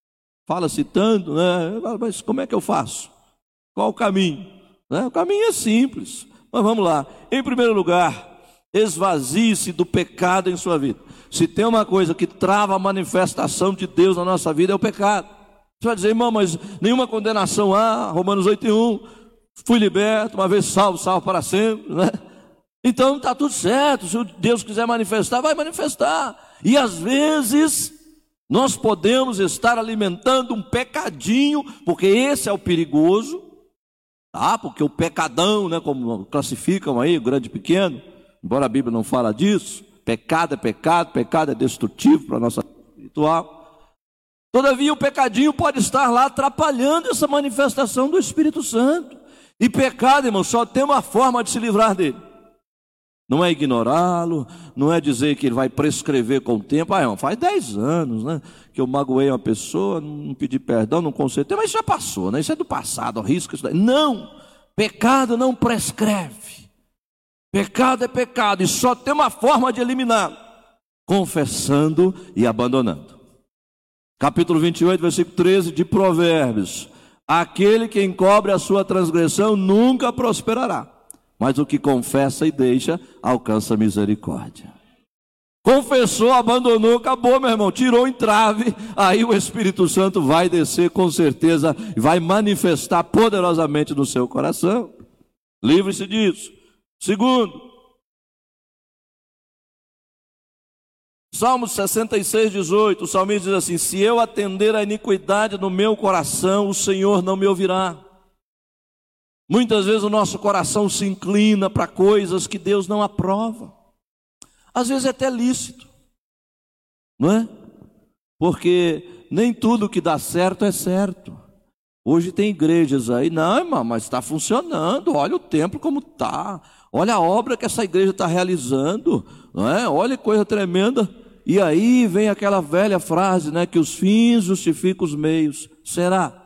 [SPEAKER 9] fala-se tanto, né? Mas como é que eu faço? Qual o caminho? Né? O caminho é simples, mas vamos lá. Em primeiro lugar, esvazie-se do pecado em sua vida. Se tem uma coisa que trava a manifestação de Deus na nossa vida, é o pecado. Você vai dizer, irmão, mas nenhuma condenação há, Romanos oito e um, fui liberto, uma vez salvo, salvo para sempre, né? Então está tudo certo, se Deus quiser manifestar, vai manifestar. E às vezes nós podemos estar alimentando um pecadinho, porque esse é o perigoso, tá? Porque o pecadão, né, como classificam aí, o grande e pequeno, embora a Bíblia não fala disso, pecado é pecado, pecado é destrutivo para a nossa vida espiritual. Todavia o pecadinho pode estar lá atrapalhando essa manifestação do Espírito Santo. E pecado, irmão, só tem uma forma de se livrar dele. Não é ignorá-lo, não é dizer que ele vai prescrever com o tempo. Ah, irmão, faz dez anos, né, que eu magoei uma pessoa, não pedi perdão, não consertei, mas isso já passou, né? Isso é do passado, arrisca isso daí. Não, pecado não prescreve. Pecado é pecado e só tem uma forma de eliminá-lo: confessando e abandonando. Capítulo vinte e oito, versículo treze de Provérbios: aquele que encobre a sua transgressão nunca prosperará, mas o que confessa e deixa alcança misericórdia. Confessou, abandonou, acabou, meu irmão, tirou o entrave, aí o Espírito Santo vai descer com certeza e vai manifestar poderosamente no seu coração. Livre-se disso. Segundo, Salmos sessenta e seis, dezoito, o salmista diz assim: se eu atender a iniquidade no meu coração, o Senhor não me ouvirá. Muitas vezes o nosso coração se inclina para coisas que Deus não aprova. Às vezes é até lícito, não é? Porque nem tudo que dá certo é certo. Hoje tem igrejas aí, não, irmão, mas está funcionando, olha o templo como está, olha a obra que essa igreja está realizando, não é? Olha que coisa tremenda. E aí vem aquela velha frase, né, que os fins justificam os meios. Será?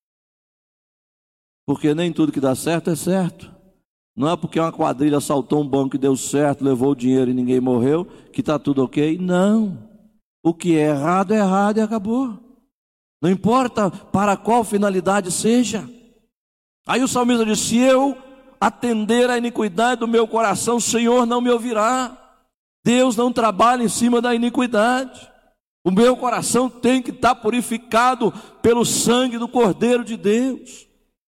[SPEAKER 9] Porque nem tudo que dá certo é certo. Não é porque uma quadrilha assaltou um banco e deu certo, levou o dinheiro e ninguém morreu, que está tudo ok. Não. O que é errado é errado e acabou. Não importa para qual finalidade seja. Aí o salmista diz: se eu atender à iniquidade do meu coração, o Senhor não me ouvirá. Deus não trabalha em cima da iniquidade. O meu coração tem que estar purificado pelo sangue do Cordeiro de Deus.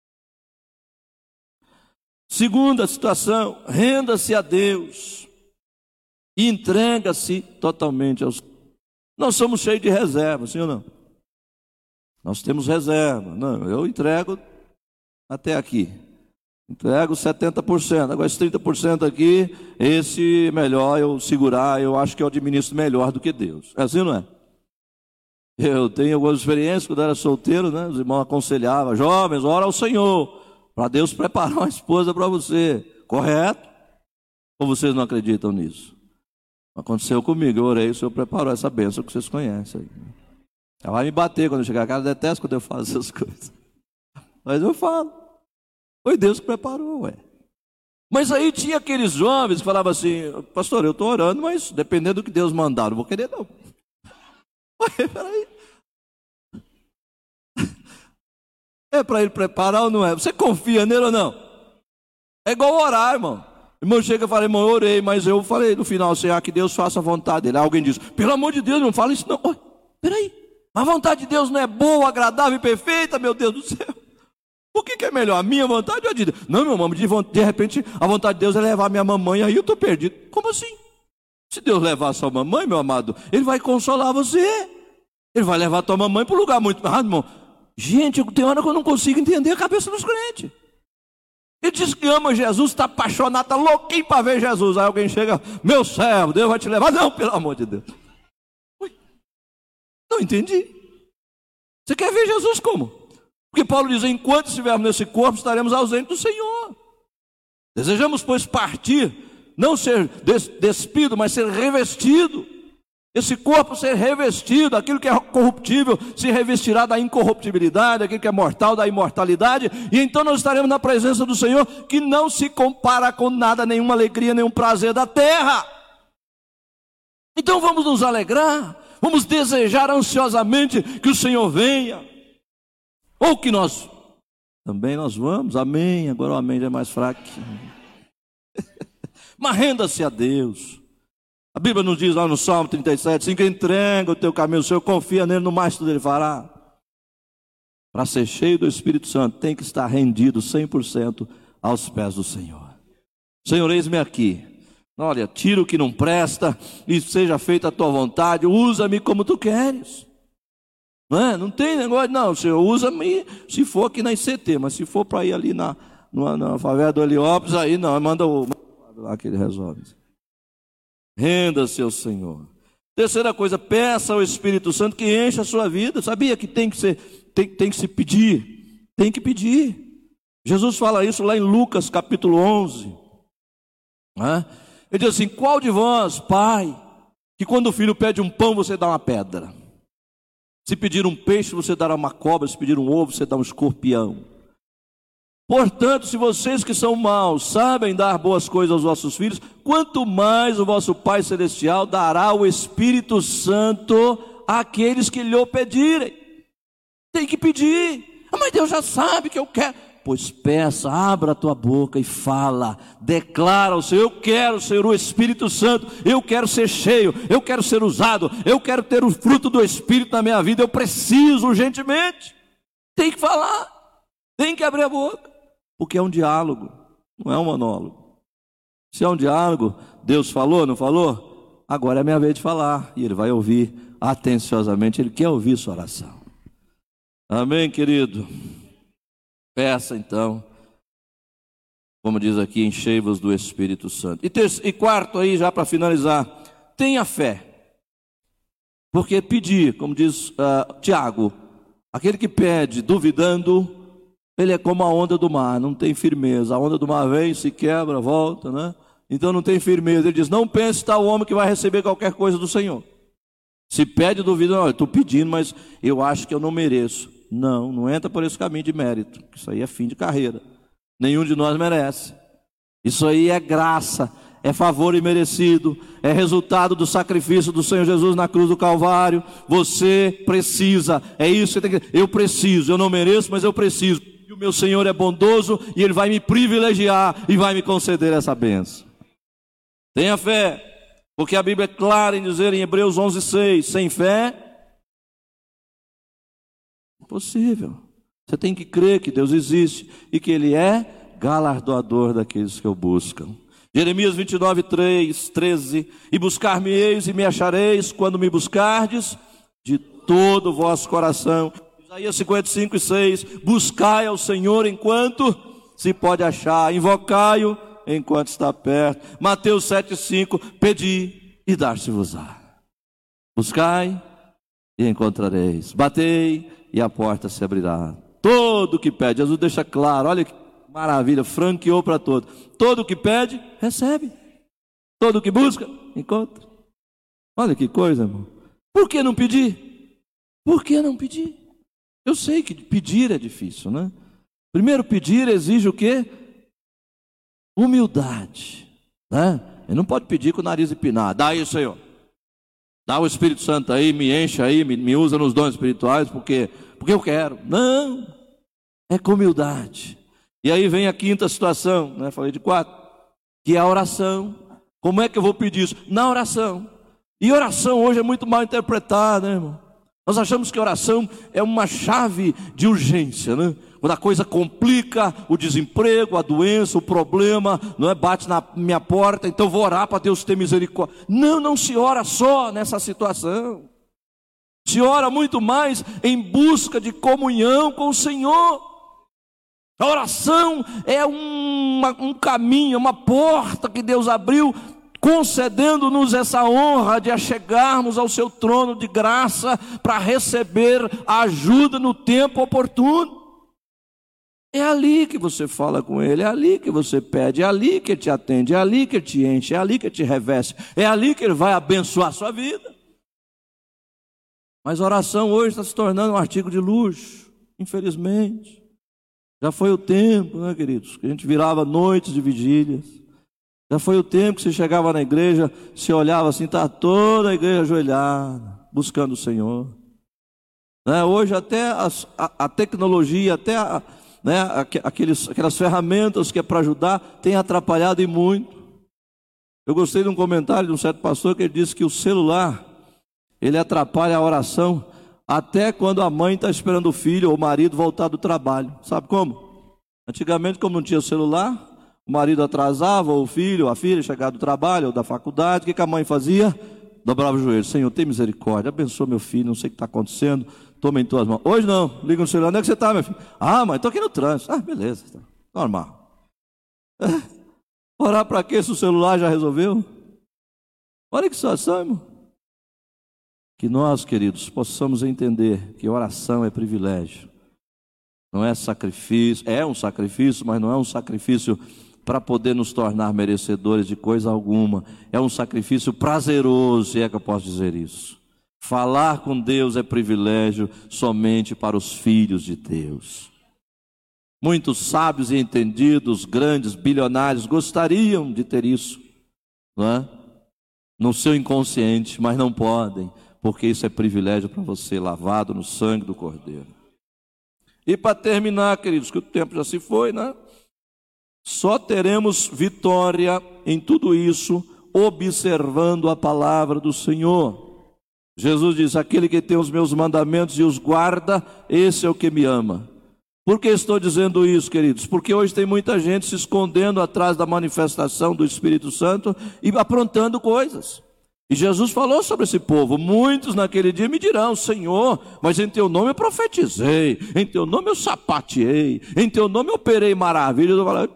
[SPEAKER 9] Segunda situação, renda-se a Deus e entrega-se totalmente aos... Nós somos cheios de reserva, sim ou não? Nós temos reserva. Não, eu entrego até aqui. Entrego setenta por cento, agora esse trinta por cento aqui, esse é melhor eu segurar, eu acho que eu administro melhor do que Deus. É assim, não é? Eu tenho algumas experiências quando eu era solteiro, né? Os irmãos aconselhavam: jovens, ora ao Senhor, para Deus preparar uma esposa para você. Correto? Ou vocês não acreditam nisso? Aconteceu comigo, eu orei, o Senhor preparou essa bênção que vocês conhecem. Ela vai me bater quando eu chegar a casa, detesta quando eu falo essas coisas. Mas eu falo. Foi Deus que preparou, ué. Mas aí tinha aqueles jovens que falavam assim: pastor, eu estou orando, mas dependendo do que Deus mandar, não vou querer não. Ué, peraí. É para ele preparar ou não é? Você confia nele ou não? É igual orar, irmão. O irmão chega e fala: irmão, eu orei, mas eu falei no final assim: ah, que Deus faça a vontade dele. Aí alguém diz: pelo amor de Deus, não fala isso não. Ué, peraí, a vontade de Deus não é boa, agradável e perfeita, meu Deus do céu. O que, que é melhor, a minha vontade ou a de Deus? Não, meu irmão, de, de repente a vontade de Deus é levar minha mamãe, aí eu estou perdido. Como assim? Se Deus levar a sua mamãe, meu amado, Ele vai consolar você. Ele vai levar a tua mamãe para um lugar muito errado, irmão. Gente, tem hora que eu não consigo entender a cabeça dos crentes. Ele diz que ama Jesus, está apaixonado, está louquinho para ver Jesus. Aí alguém chega: meu servo, Deus vai te levar. Não, pelo amor de Deus. Ui, não entendi. Você quer ver Jesus como? Porque Paulo diz: enquanto estivermos nesse corpo, estaremos ausentes do Senhor. Desejamos, pois, partir, não ser despido, mas ser revestido. Esse corpo ser revestido, aquilo que é corruptível se revestirá da incorruptibilidade, aquilo que é mortal da imortalidade, e então nós estaremos na presença do Senhor, que não se compara com nada, nenhuma alegria, nenhum prazer da terra. Então vamos nos alegrar, vamos desejar ansiosamente que o Senhor venha. Ou que nós também nós vamos, amém. Agora o amém já é mais fraco. Mas renda-se a Deus. A Bíblia nos diz lá no Salmo trinta e sete, assim que entrega o teu caminho, o Senhor confia nele, no mais tudo ele fará. Para ser cheio do Espírito Santo, tem que estar rendido cem por cento aos pés do Senhor. Senhor, eis-me aqui. Olha, tira o que não presta e seja feita a tua vontade. Usa-me como tu queres. Não é? Não tem negócio, não. Senhor, usa-me se for aqui na I C T, mas se for para ir ali na, na, na favela do Heliópolis, aí não, manda o lá que ele resolve. Renda-se ao Senhor. Terceira coisa, peça ao Espírito Santo que encha a sua vida. Sabia que tem que ser, tem, tem que se pedir? Tem que pedir. Jesus fala isso lá em Lucas capítulo onze. Né? Ele diz assim: qual de vós, pai, que quando o filho pede um pão, você dá uma pedra? Se pedir um peixe, você dará uma cobra. Se pedir um ovo, você dá um escorpião. Portanto, se vocês que são maus sabem dar boas coisas aos vossos filhos, quanto mais o vosso Pai Celestial dará o Espírito Santo àqueles que lhe o pedirem. Tem que pedir. Ah, mas Deus já sabe que eu quero. Pois peça, abra a tua boca e fala, declara ao Senhor: eu quero, Senhor, o Espírito Santo, eu quero ser cheio, eu quero ser usado, eu quero ter o fruto do Espírito na minha vida, eu preciso urgentemente. Tem que falar, tem que abrir a boca, porque é um diálogo, não é um monólogo. Se é um diálogo, Deus falou, não falou? Agora é a minha vez de falar, e Ele vai ouvir atenciosamente, Ele quer ouvir sua oração. Amém, querido? Peça então, como diz aqui, enchei-vos do Espírito Santo. E, terceiro, e quarto aí, já para finalizar, tenha fé. Porque pedir, como diz uh, Tiago, aquele que pede duvidando, ele é como a onda do mar, não tem firmeza. A onda do mar vem, se quebra, volta, né? Então não tem firmeza. Ele diz: não pense tal homem que vai receber qualquer coisa do Senhor. Se pede duvidando, olha, estou pedindo, mas eu acho que eu não mereço. Não, não entra por esse caminho de mérito. Isso aí é fim de carreira. Nenhum de nós merece. Isso aí é graça, é favor imerecido, é resultado do sacrifício do Senhor Jesus na cruz do Calvário. Você precisa, é isso que você tem que dizer. Eu preciso, eu não mereço, mas eu preciso. E o meu Senhor é bondoso e Ele vai me privilegiar e vai me conceder essa bênção. Tenha fé, porque a Bíblia é clara em dizer em Hebreus onze, seis, sem fé impossível. Você tem que crer que Deus existe e que Ele é galardoador daqueles que o buscam. Jeremias vinte e nove, três, treze: e buscar-me-eis e me achareis quando me buscardes de todo o vosso coração. Isaías cinquenta e cinco, seis: buscai ao Senhor enquanto se pode achar, invocai-o enquanto está perto. Mateus sete, cinco: pedi e dar-se-vos-á. Buscai e encontrareis, batei e a porta se abrirá. Todo que pede, Jesus deixa claro, olha que maravilha, franqueou para todo. Todo que pede, recebe. Todo que busca, encontra. Olha que coisa, irmão. Por que não pedir? Por que não pedir? Eu sei que pedir é difícil, né? Primeiro, pedir exige o quê? Humildade, né? Ele não pode pedir com o nariz empinado. Dá aí, Senhor. Dá o Espírito Santo aí, me enche aí, me, me usa nos dons espirituais, porque, porque eu quero. Não, é com humildade. E aí vem a quinta situação, né? Falei de quatro, que é a oração. Como é que eu vou pedir isso? Na oração. E oração hoje é muito mal interpretada, né, irmão? Nós achamos que oração é uma chave de urgência, né? Quando a coisa complica, o desemprego, a doença, o problema, não é? Bate na minha porta, então vou orar para Deus ter misericórdia. Não, não se ora só nessa situação. Se ora muito mais em busca de comunhão com o Senhor. A oração é uma, um caminho, uma porta que Deus abriu, concedendo-nos essa honra de achegarmos ao seu trono de graça para receber a ajuda no tempo oportuno. É ali que você fala com Ele, é ali que você pede, é ali que Ele te atende, é ali que Ele te enche, é ali que Ele te reveste, é ali que Ele vai abençoar a sua vida. Mas a oração hoje está se tornando um artigo de luxo, infelizmente. Já foi o tempo, né, queridos, que a gente virava noites de vigílias. Já foi o tempo que você chegava na igreja, se olhava assim, está toda a igreja ajoelhada, buscando o Senhor. Né? Hoje até as, a, a tecnologia, até a, né, aqueles, aquelas ferramentas que é para ajudar, tem atrapalhado e muito. Eu gostei de um comentário de um certo pastor que ele disse que o celular, ele atrapalha a oração até quando a mãe está esperando o filho ou o marido voltar do trabalho. Sabe como? Antigamente, como não tinha celular, o marido atrasava, ou o filho, ou a filha chegar do trabalho ou da faculdade, o que, que a mãe fazia? Dobrava o joelho. Senhor, tem misericórdia, abençoa meu filho, não sei o que está acontecendo, toma em tuas mãos. Hoje não, liga no celular, onde é que você está, meu filho? Ah, mãe, estou aqui no trânsito. Ah, beleza, tá normal. Orar para quê se o celular já resolveu? Olha que situação, irmão. Que nós, queridos, possamos entender que oração é privilégio. Não é sacrifício, é um sacrifício, mas não é um sacrifício para poder nos tornar merecedores de coisa alguma. É um sacrifício prazeroso, se é que eu posso dizer isso. Falar com Deus é privilégio somente para os filhos de Deus. Muitos sábios e entendidos, grandes, bilionários, gostariam de ter isso, não é? No seu inconsciente, mas não podem, porque isso é privilégio para você, lavado no sangue do Cordeiro. E para terminar, queridos, que o tempo já se foi, né? Só teremos vitória em tudo isso, observando a palavra do Senhor. Jesus diz: aquele que tem os meus mandamentos e os guarda, esse é o que me ama. Por que estou dizendo isso, queridos? Porque hoje tem muita gente se escondendo atrás da manifestação do Espírito Santo e aprontando coisas. E Jesus falou sobre esse povo. Muitos naquele dia me dirão: Senhor, mas em teu nome eu profetizei, em teu nome eu sapateei, em teu nome eu operei maravilhas. Eu falei: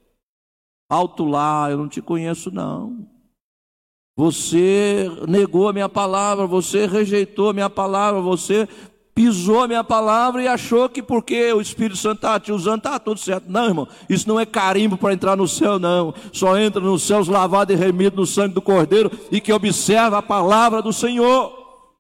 [SPEAKER 9] alto lá, eu não te conheço não. Você negou a minha palavra, você rejeitou a minha palavra, você pisou a minha palavra e achou que porque o Espírito Santo está te usando, está tudo certo. Não, irmão, isso não é carimbo para entrar no céu, não. Só entra nos céus lavado e remido no sangue do Cordeiro e que observa a palavra do Senhor.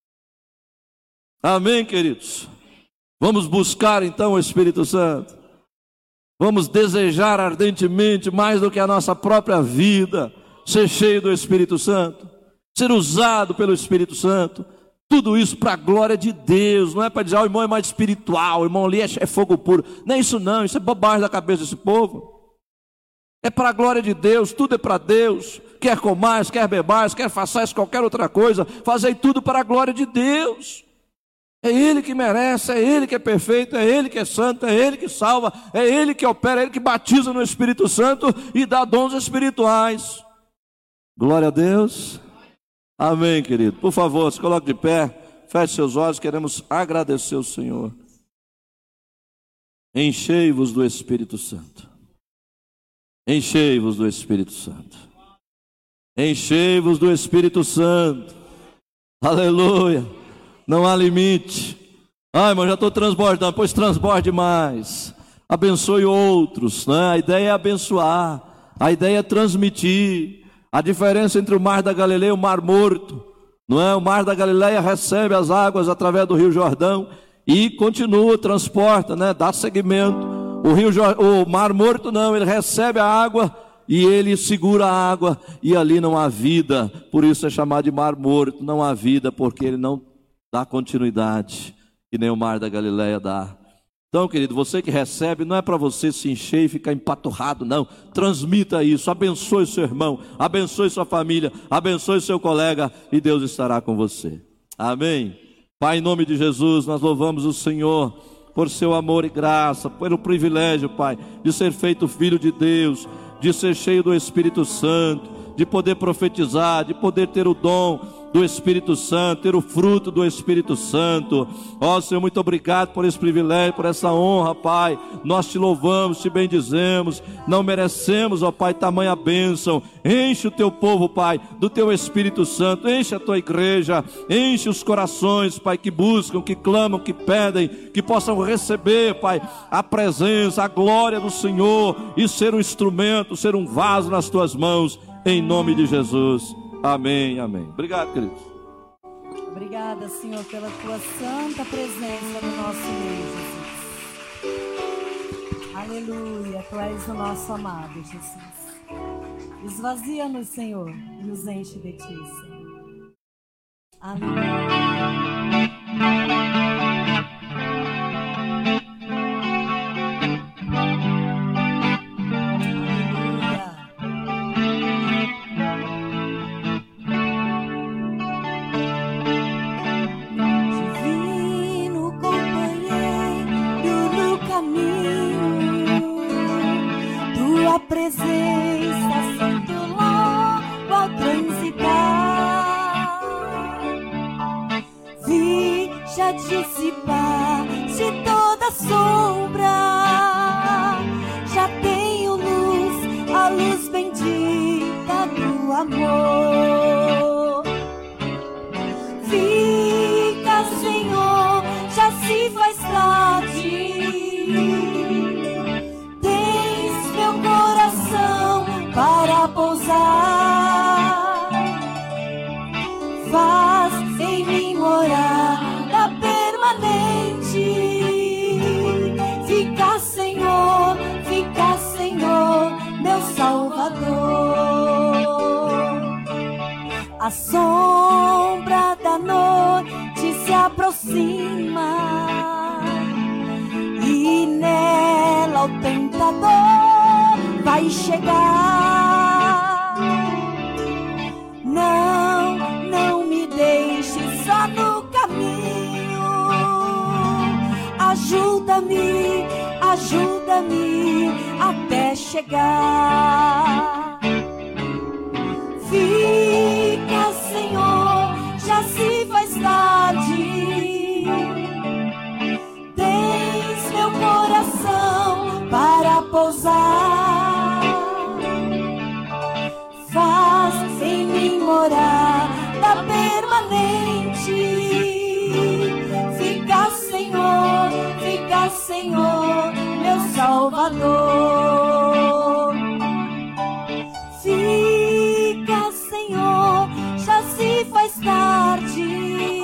[SPEAKER 9] Amém, queridos? Vamos buscar então o Espírito Santo. Vamos desejar ardentemente, mais do que a nossa própria vida, ser cheio do Espírito Santo, ser usado pelo Espírito Santo. Tudo isso para a glória de Deus. Não é para dizer: oh, o irmão é mais espiritual, o irmão ali é, é fogo puro. Não é isso não, isso é bobagem da cabeça desse povo. É para a glória de Deus, tudo é para Deus. Quer comais, quer bebais, quer façais qualquer outra coisa, fazei tudo para a glória de Deus. É Ele que merece, é Ele que é perfeito, é Ele que é santo, é Ele que salva, é Ele que opera, é Ele que batiza no Espírito Santo e dá dons espirituais. Glória a Deus. Amém, querido. Por favor, se coloque de pé, feche seus olhos, queremos agradecer o Senhor. Enchei-vos do Espírito Santo. Enchei-vos do Espírito Santo. Enchei-vos do Espírito Santo. Aleluia. Não há limite. Ai, irmão, já estou transbordando. Pois transborde mais. Abençoe outros, né? A ideia é abençoar. A ideia é transmitir. A diferença entre o mar da Galileia e o mar morto, não é? O mar da Galileia recebe as águas através do rio Jordão e continua, transporta, né? Dá seguimento. O rio, o mar morto não, ele recebe a água e ele segura a água e ali não há vida. Por isso é chamado de mar morto. Não há vida porque ele não dá continuidade, que nem o mar da Galileia dá. Então, querido, você que recebe, não é para você se encher e ficar empaturrado, não. Transmita isso, abençoe seu irmão, abençoe sua família, abençoe seu colega e Deus estará com você. Amém? Pai, em nome de Jesus, nós louvamos o Senhor por seu amor e graça, pelo privilégio, Pai, de ser feito filho de Deus, de ser cheio do Espírito Santo, de poder profetizar, de poder ter o dom do Espírito Santo, ter o fruto do Espírito Santo. Ó Senhor, muito obrigado por esse privilégio, por essa honra, Pai. Nós te louvamos, te bendizemos. Não merecemos, ó Pai, tamanha bênção. Enche o teu povo, Pai, do teu Espírito Santo. Enche a tua igreja, enche os corações, Pai, que buscam, que clamam, que pedem, que possam receber, Pai, a presença, a glória do Senhor e ser um instrumento, ser um vaso nas tuas mãos, em nome de Jesus. Amém, amém. Obrigado, queridos.
[SPEAKER 3] Obrigada, Senhor, pela tua santa presença no nosso meio, Jesus. Aleluia, tu és o nosso amado, Jesus. Esvazia-nos, Senhor, e nos enche de ti, Senhor. Aleluia. sombra já tenho luz, a luz bendita do amor. Fica, Senhor, já se faz tarde. Tens meu coração para pousar. Faz em mim morada permanente. Fica, Senhor, fica, Senhor, meu Salvador. A sombra da noite se aproxima e nela o tentador vai chegar. Não, não me deixe só no caminho. Ajuda-me, ajuda-me até chegar. Fica, Senhor, já se faz tarde. Tens meu coração para pousar. Faz em mim morada permanente. Fica, Senhor, fica, Senhor, meu Salvador. Fica, Senhor, já se faz tarde.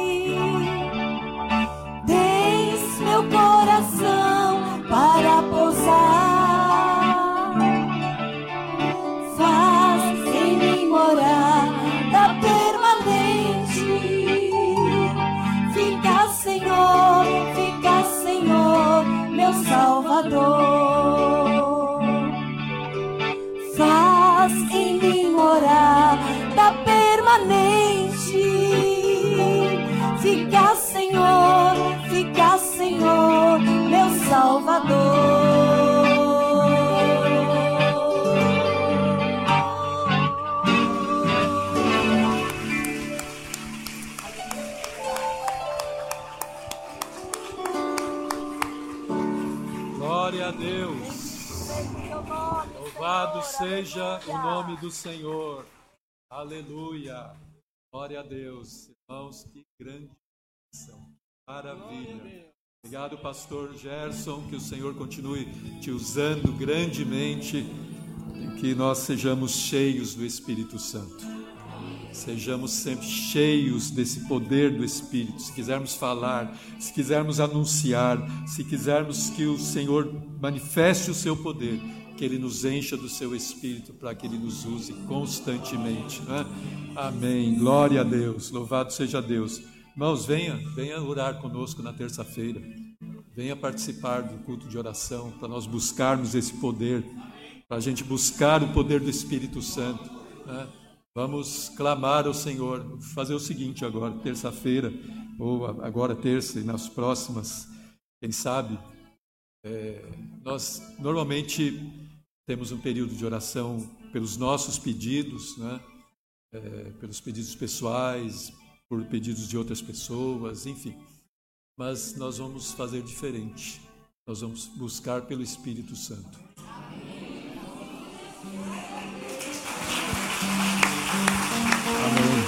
[SPEAKER 3] Tens meu coração para pousar. Faz em mim morada permanente. Fica, Senhor, fica, Senhor, meu Salvador. Faz em mim morada permanente. Fica, Senhor, fica, Senhor, meu Salvador.
[SPEAKER 6] Glória a Deus. Louvado seja o nome do Senhor. Aleluia. Glória a Deus. Irmãos, que grande bênção. Maravilha. Obrigado, pastor Gerson, que o Senhor continue te usando grandemente e que nós sejamos cheios do Espírito Santo. Sejamos sempre cheios desse poder do Espírito. Se quisermos falar, se quisermos anunciar, se quisermos que o Senhor manifeste o seu poder, que Ele nos encha do seu Espírito para que Ele nos use constantemente, né? Amém, glória a Deus, louvado seja Deus. Irmãos, venha, venha orar conosco na terça-feira, venha participar do culto de oração, para nós buscarmos esse poder, para a gente buscar o poder do Espírito Santo, né? Vamos clamar ao Senhor. Vou fazer o seguinte agora, terça-feira, ou agora terça e nas próximas, quem sabe, é, nós normalmente temos um período de oração pelos nossos pedidos, né? É, pelos pedidos pessoais, por pedidos de outras pessoas, enfim. Mas nós vamos fazer diferente. Nós vamos buscar pelo Espírito Santo. Amém.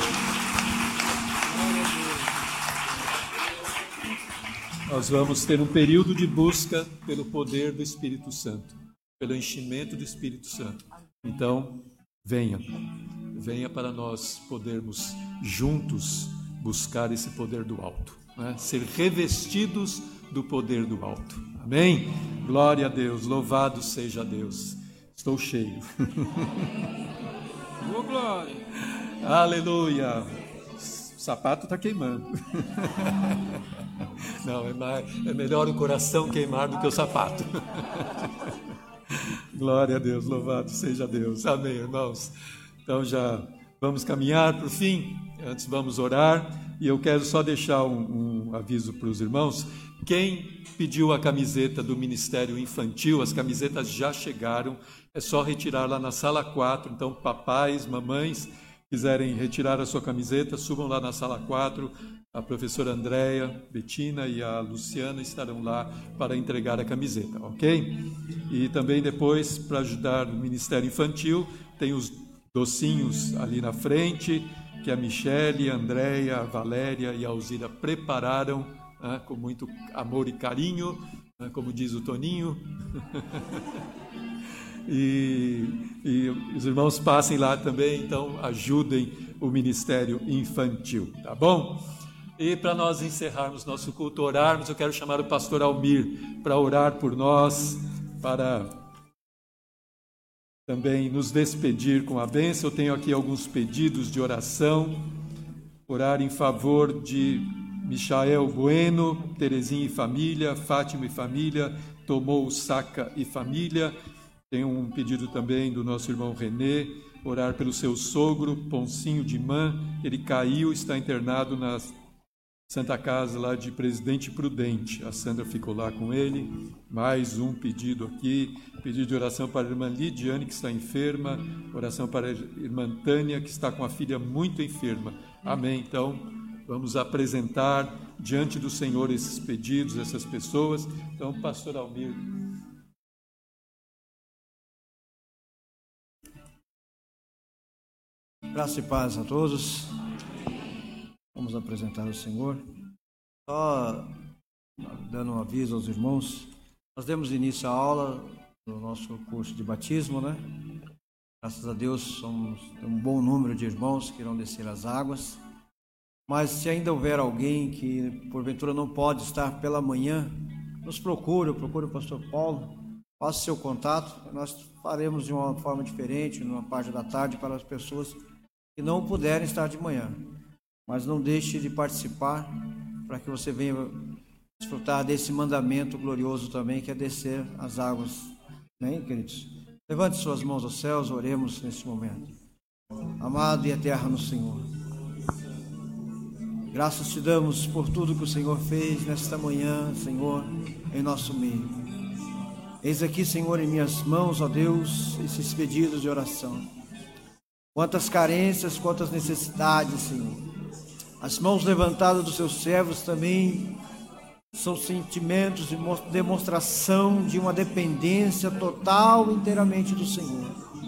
[SPEAKER 6] Nós vamos ter um período de busca pelo poder do Espírito Santo, pelo enchimento do Espírito Santo. Então, venha, venha para nós podermos juntos buscar esse poder do alto, né? Ser revestidos do poder do alto. Amém? Glória a Deus, louvado seja Deus. Estou cheio.
[SPEAKER 8] Oh, glória!
[SPEAKER 6] Aleluia! O sapato está queimando. Não, é, mais, é melhor o coração queimar do que o sapato. Glória a Deus, louvado seja Deus. Amém, irmãos. Então já vamos caminhar para o fim. Antes vamos orar. E eu quero só deixar um, um aviso para os irmãos. Quem pediu a camiseta do Ministério Infantil, as camisetas já chegaram. É só retirar lá na sala quatro. Então, papais, mamães, quiserem retirar a sua camiseta, subam lá na sala quatro. A professora Andréia, Betina e a Luciana estarão lá para entregar a camiseta, ok? E também depois, para ajudar no Ministério Infantil, tem os docinhos ali na frente, que a Michele, a Andréia, a Valéria e a Alzira prepararam, né, com muito amor e carinho, né, como diz o Toninho. e, e os irmãos passem lá também, então ajudem o Ministério Infantil, tá bom? E para nós encerrarmos nosso culto, orarmos, eu quero chamar o pastor Almir para orar por nós, para também nos despedir com a bênção. Eu tenho aqui alguns pedidos de oração. Orar em favor de Michael Bueno, Terezinha e família, Fátima e família, Tomou Saca e família. Tem um pedido também do nosso irmão Renê, orar pelo seu sogro, Poncinho de Man. Ele caiu, está internado na Santa Casa lá de Presidente Prudente. A Sandra ficou lá com ele. Mais um pedido aqui, pedido de oração para a irmã Lidiane, que está enferma, oração para a irmã Tânia, que está com a filha muito enferma. Amém. Então, vamos apresentar diante do Senhor esses pedidos, essas pessoas. Então, pastor Almir.
[SPEAKER 10] Graça e paz a todos. Vamos apresentar ao Senhor. Só dando um aviso aos irmãos, nós demos início à aula do nosso curso de batismo, né? Graças a Deus, somos um bom número de irmãos que irão descer as águas. Mas se ainda houver alguém que porventura não pode estar pela manhã, nos procure, procure o pastor Paulo, faça seu contato. Nós faremos de uma forma diferente, numa parte da tarde, para as pessoas que não puderem estar de manhã. Mas não deixe de participar, para que você venha desfrutar desse mandamento glorioso também, que é descer as águas. Amém, queridos? Levante suas mãos aos céus, oremos neste momento. Amado e eterno Senhor, graças te damos por tudo que o Senhor fez nesta manhã, Senhor, em nosso meio. Eis aqui, Senhor, em minhas mãos, ó Deus, esses pedidos de oração. Quantas carências, quantas necessidades, Senhor. As mãos levantadas dos seus servos também são sentimentos de demonstração de uma dependência total e inteiramente do Senhor.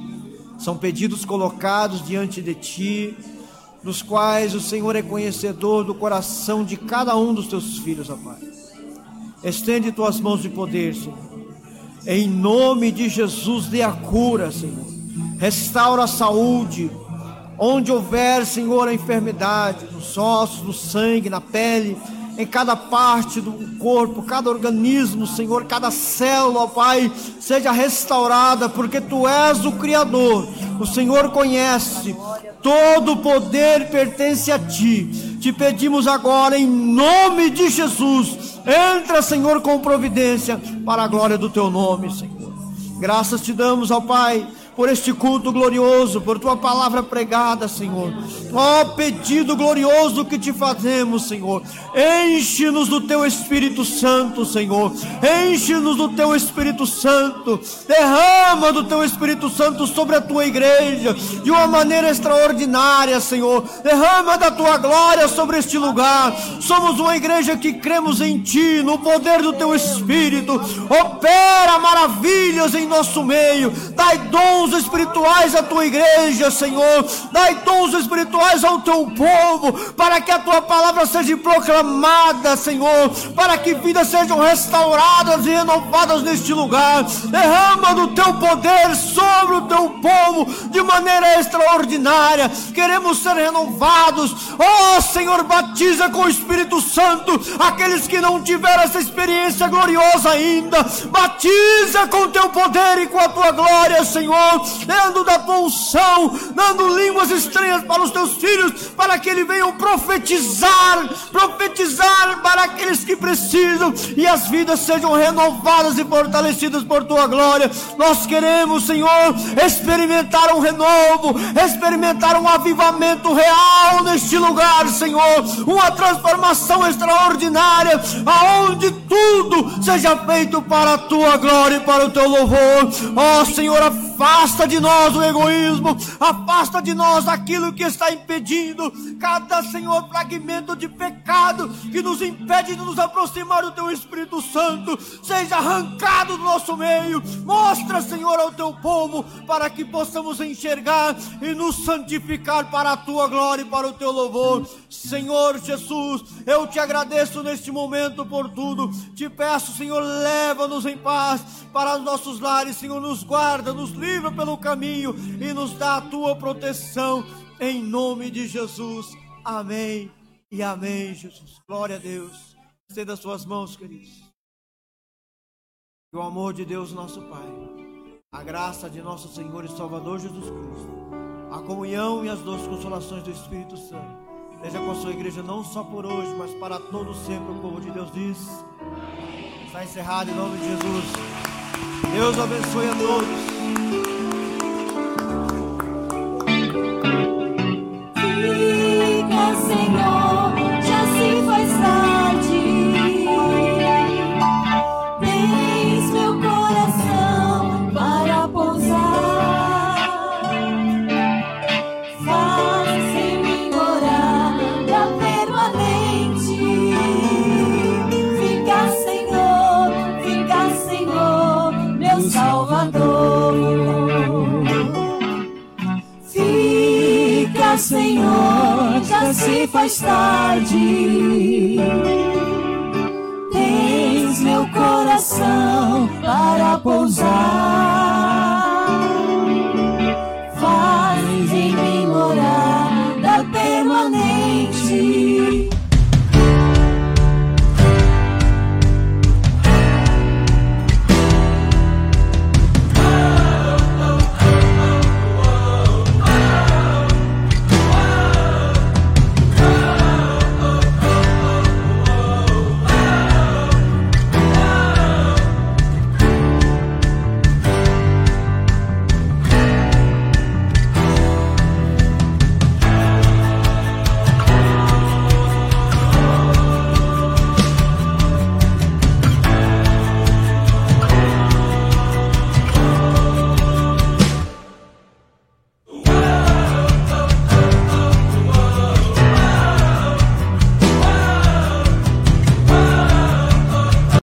[SPEAKER 10] São pedidos colocados diante de Ti, nos quais o Senhor é conhecedor do coração de cada um dos Teus filhos, ó Pai. Estende Tuas mãos de poder, Senhor. Em nome de Jesus, dê a cura, Senhor. Restaura a saúde. Onde houver, Senhor, a enfermidade, nos ossos, no sangue, na pele, em cada parte do corpo, cada organismo, Senhor, cada célula, ó Pai, seja restaurada, porque Tu és o Criador, o Senhor conhece, todo o poder pertence a Ti. Te pedimos agora, em nome de Jesus, entra, Senhor, com providência, para a glória do Teu nome, Senhor. Graças te damos, ó Pai, por este culto glorioso, por Tua palavra pregada, Senhor. Ó pedido glorioso que Te fazemos, Senhor. Enche-nos do Teu Espírito Santo, Senhor. Enche-nos do Teu Espírito Santo. Derrama do Teu Espírito Santo sobre a Tua igreja de uma maneira extraordinária, Senhor. Derrama da Tua glória sobre este lugar. Somos uma igreja que cremos em Ti, no poder do Teu Espírito. Opera maravilhas em nosso meio. Dai dons espirituais à Tua igreja, Senhor. Dai dons espirituais ao Teu povo, para que a Tua palavra seja proclamada, Senhor, para que vidas sejam restauradas e renovadas neste lugar. Derrama do Teu poder sobre o Teu povo de maneira extraordinária. Queremos ser renovados. Ó Senhor, batiza com o Espírito Santo aqueles que não tiveram essa experiência gloriosa ainda. Batiza com o Teu poder e com a Tua glória, Senhor, dando da Tua unção, dando línguas estranhas para os Teus filhos, para que eles venham profetizar, profetizar para aqueles que precisam, e as vidas sejam renovadas e fortalecidas por Tua glória. Nós queremos, Senhor, experimentar um renovo, experimentar um avivamento real neste lugar, Senhor, uma transformação extraordinária, aonde tudo seja feito para a Tua glória e para o Teu louvor. Ó Senhor, a Afasta de nós o egoísmo, afasta de nós aquilo que está impedindo, cada, Senhor, fragmento de pecado que nos impede de nos aproximar do Teu Espírito Santo, seja arrancado do nosso meio. Mostra, Senhor, ao Teu povo, para que possamos enxergar e nos santificar para a Tua glória e para o Teu louvor. Senhor Jesus, eu Te agradeço neste momento por tudo. Te peço, Senhor, leva-nos em paz para os nossos lares. Senhor, nos guarda, nos livra pelo caminho e nos dá a Tua proteção, em nome de Jesus. Amém e amém, Jesus. Glória a Deus. Estenda as suas mãos, queridos. Que o amor de Deus, nosso Pai, a graça de nosso Senhor e Salvador Jesus Cristo, a comunhão e as doces consolações do Espírito Santo esteja com a sua igreja, não só por hoje, mas para todo sempre. O povo de Deus diz: está encerrado em nome de Jesus. Deus abençoe a todos.
[SPEAKER 3] Fica, Senhor, já se faz tarde. Tens meu coração para pousar. Faz em mim morada permanente. Fica, Senhor, fica, Senhor, meu Salvador. Fica, Senhor, já se faz tarde. Tens meu coração para pousar.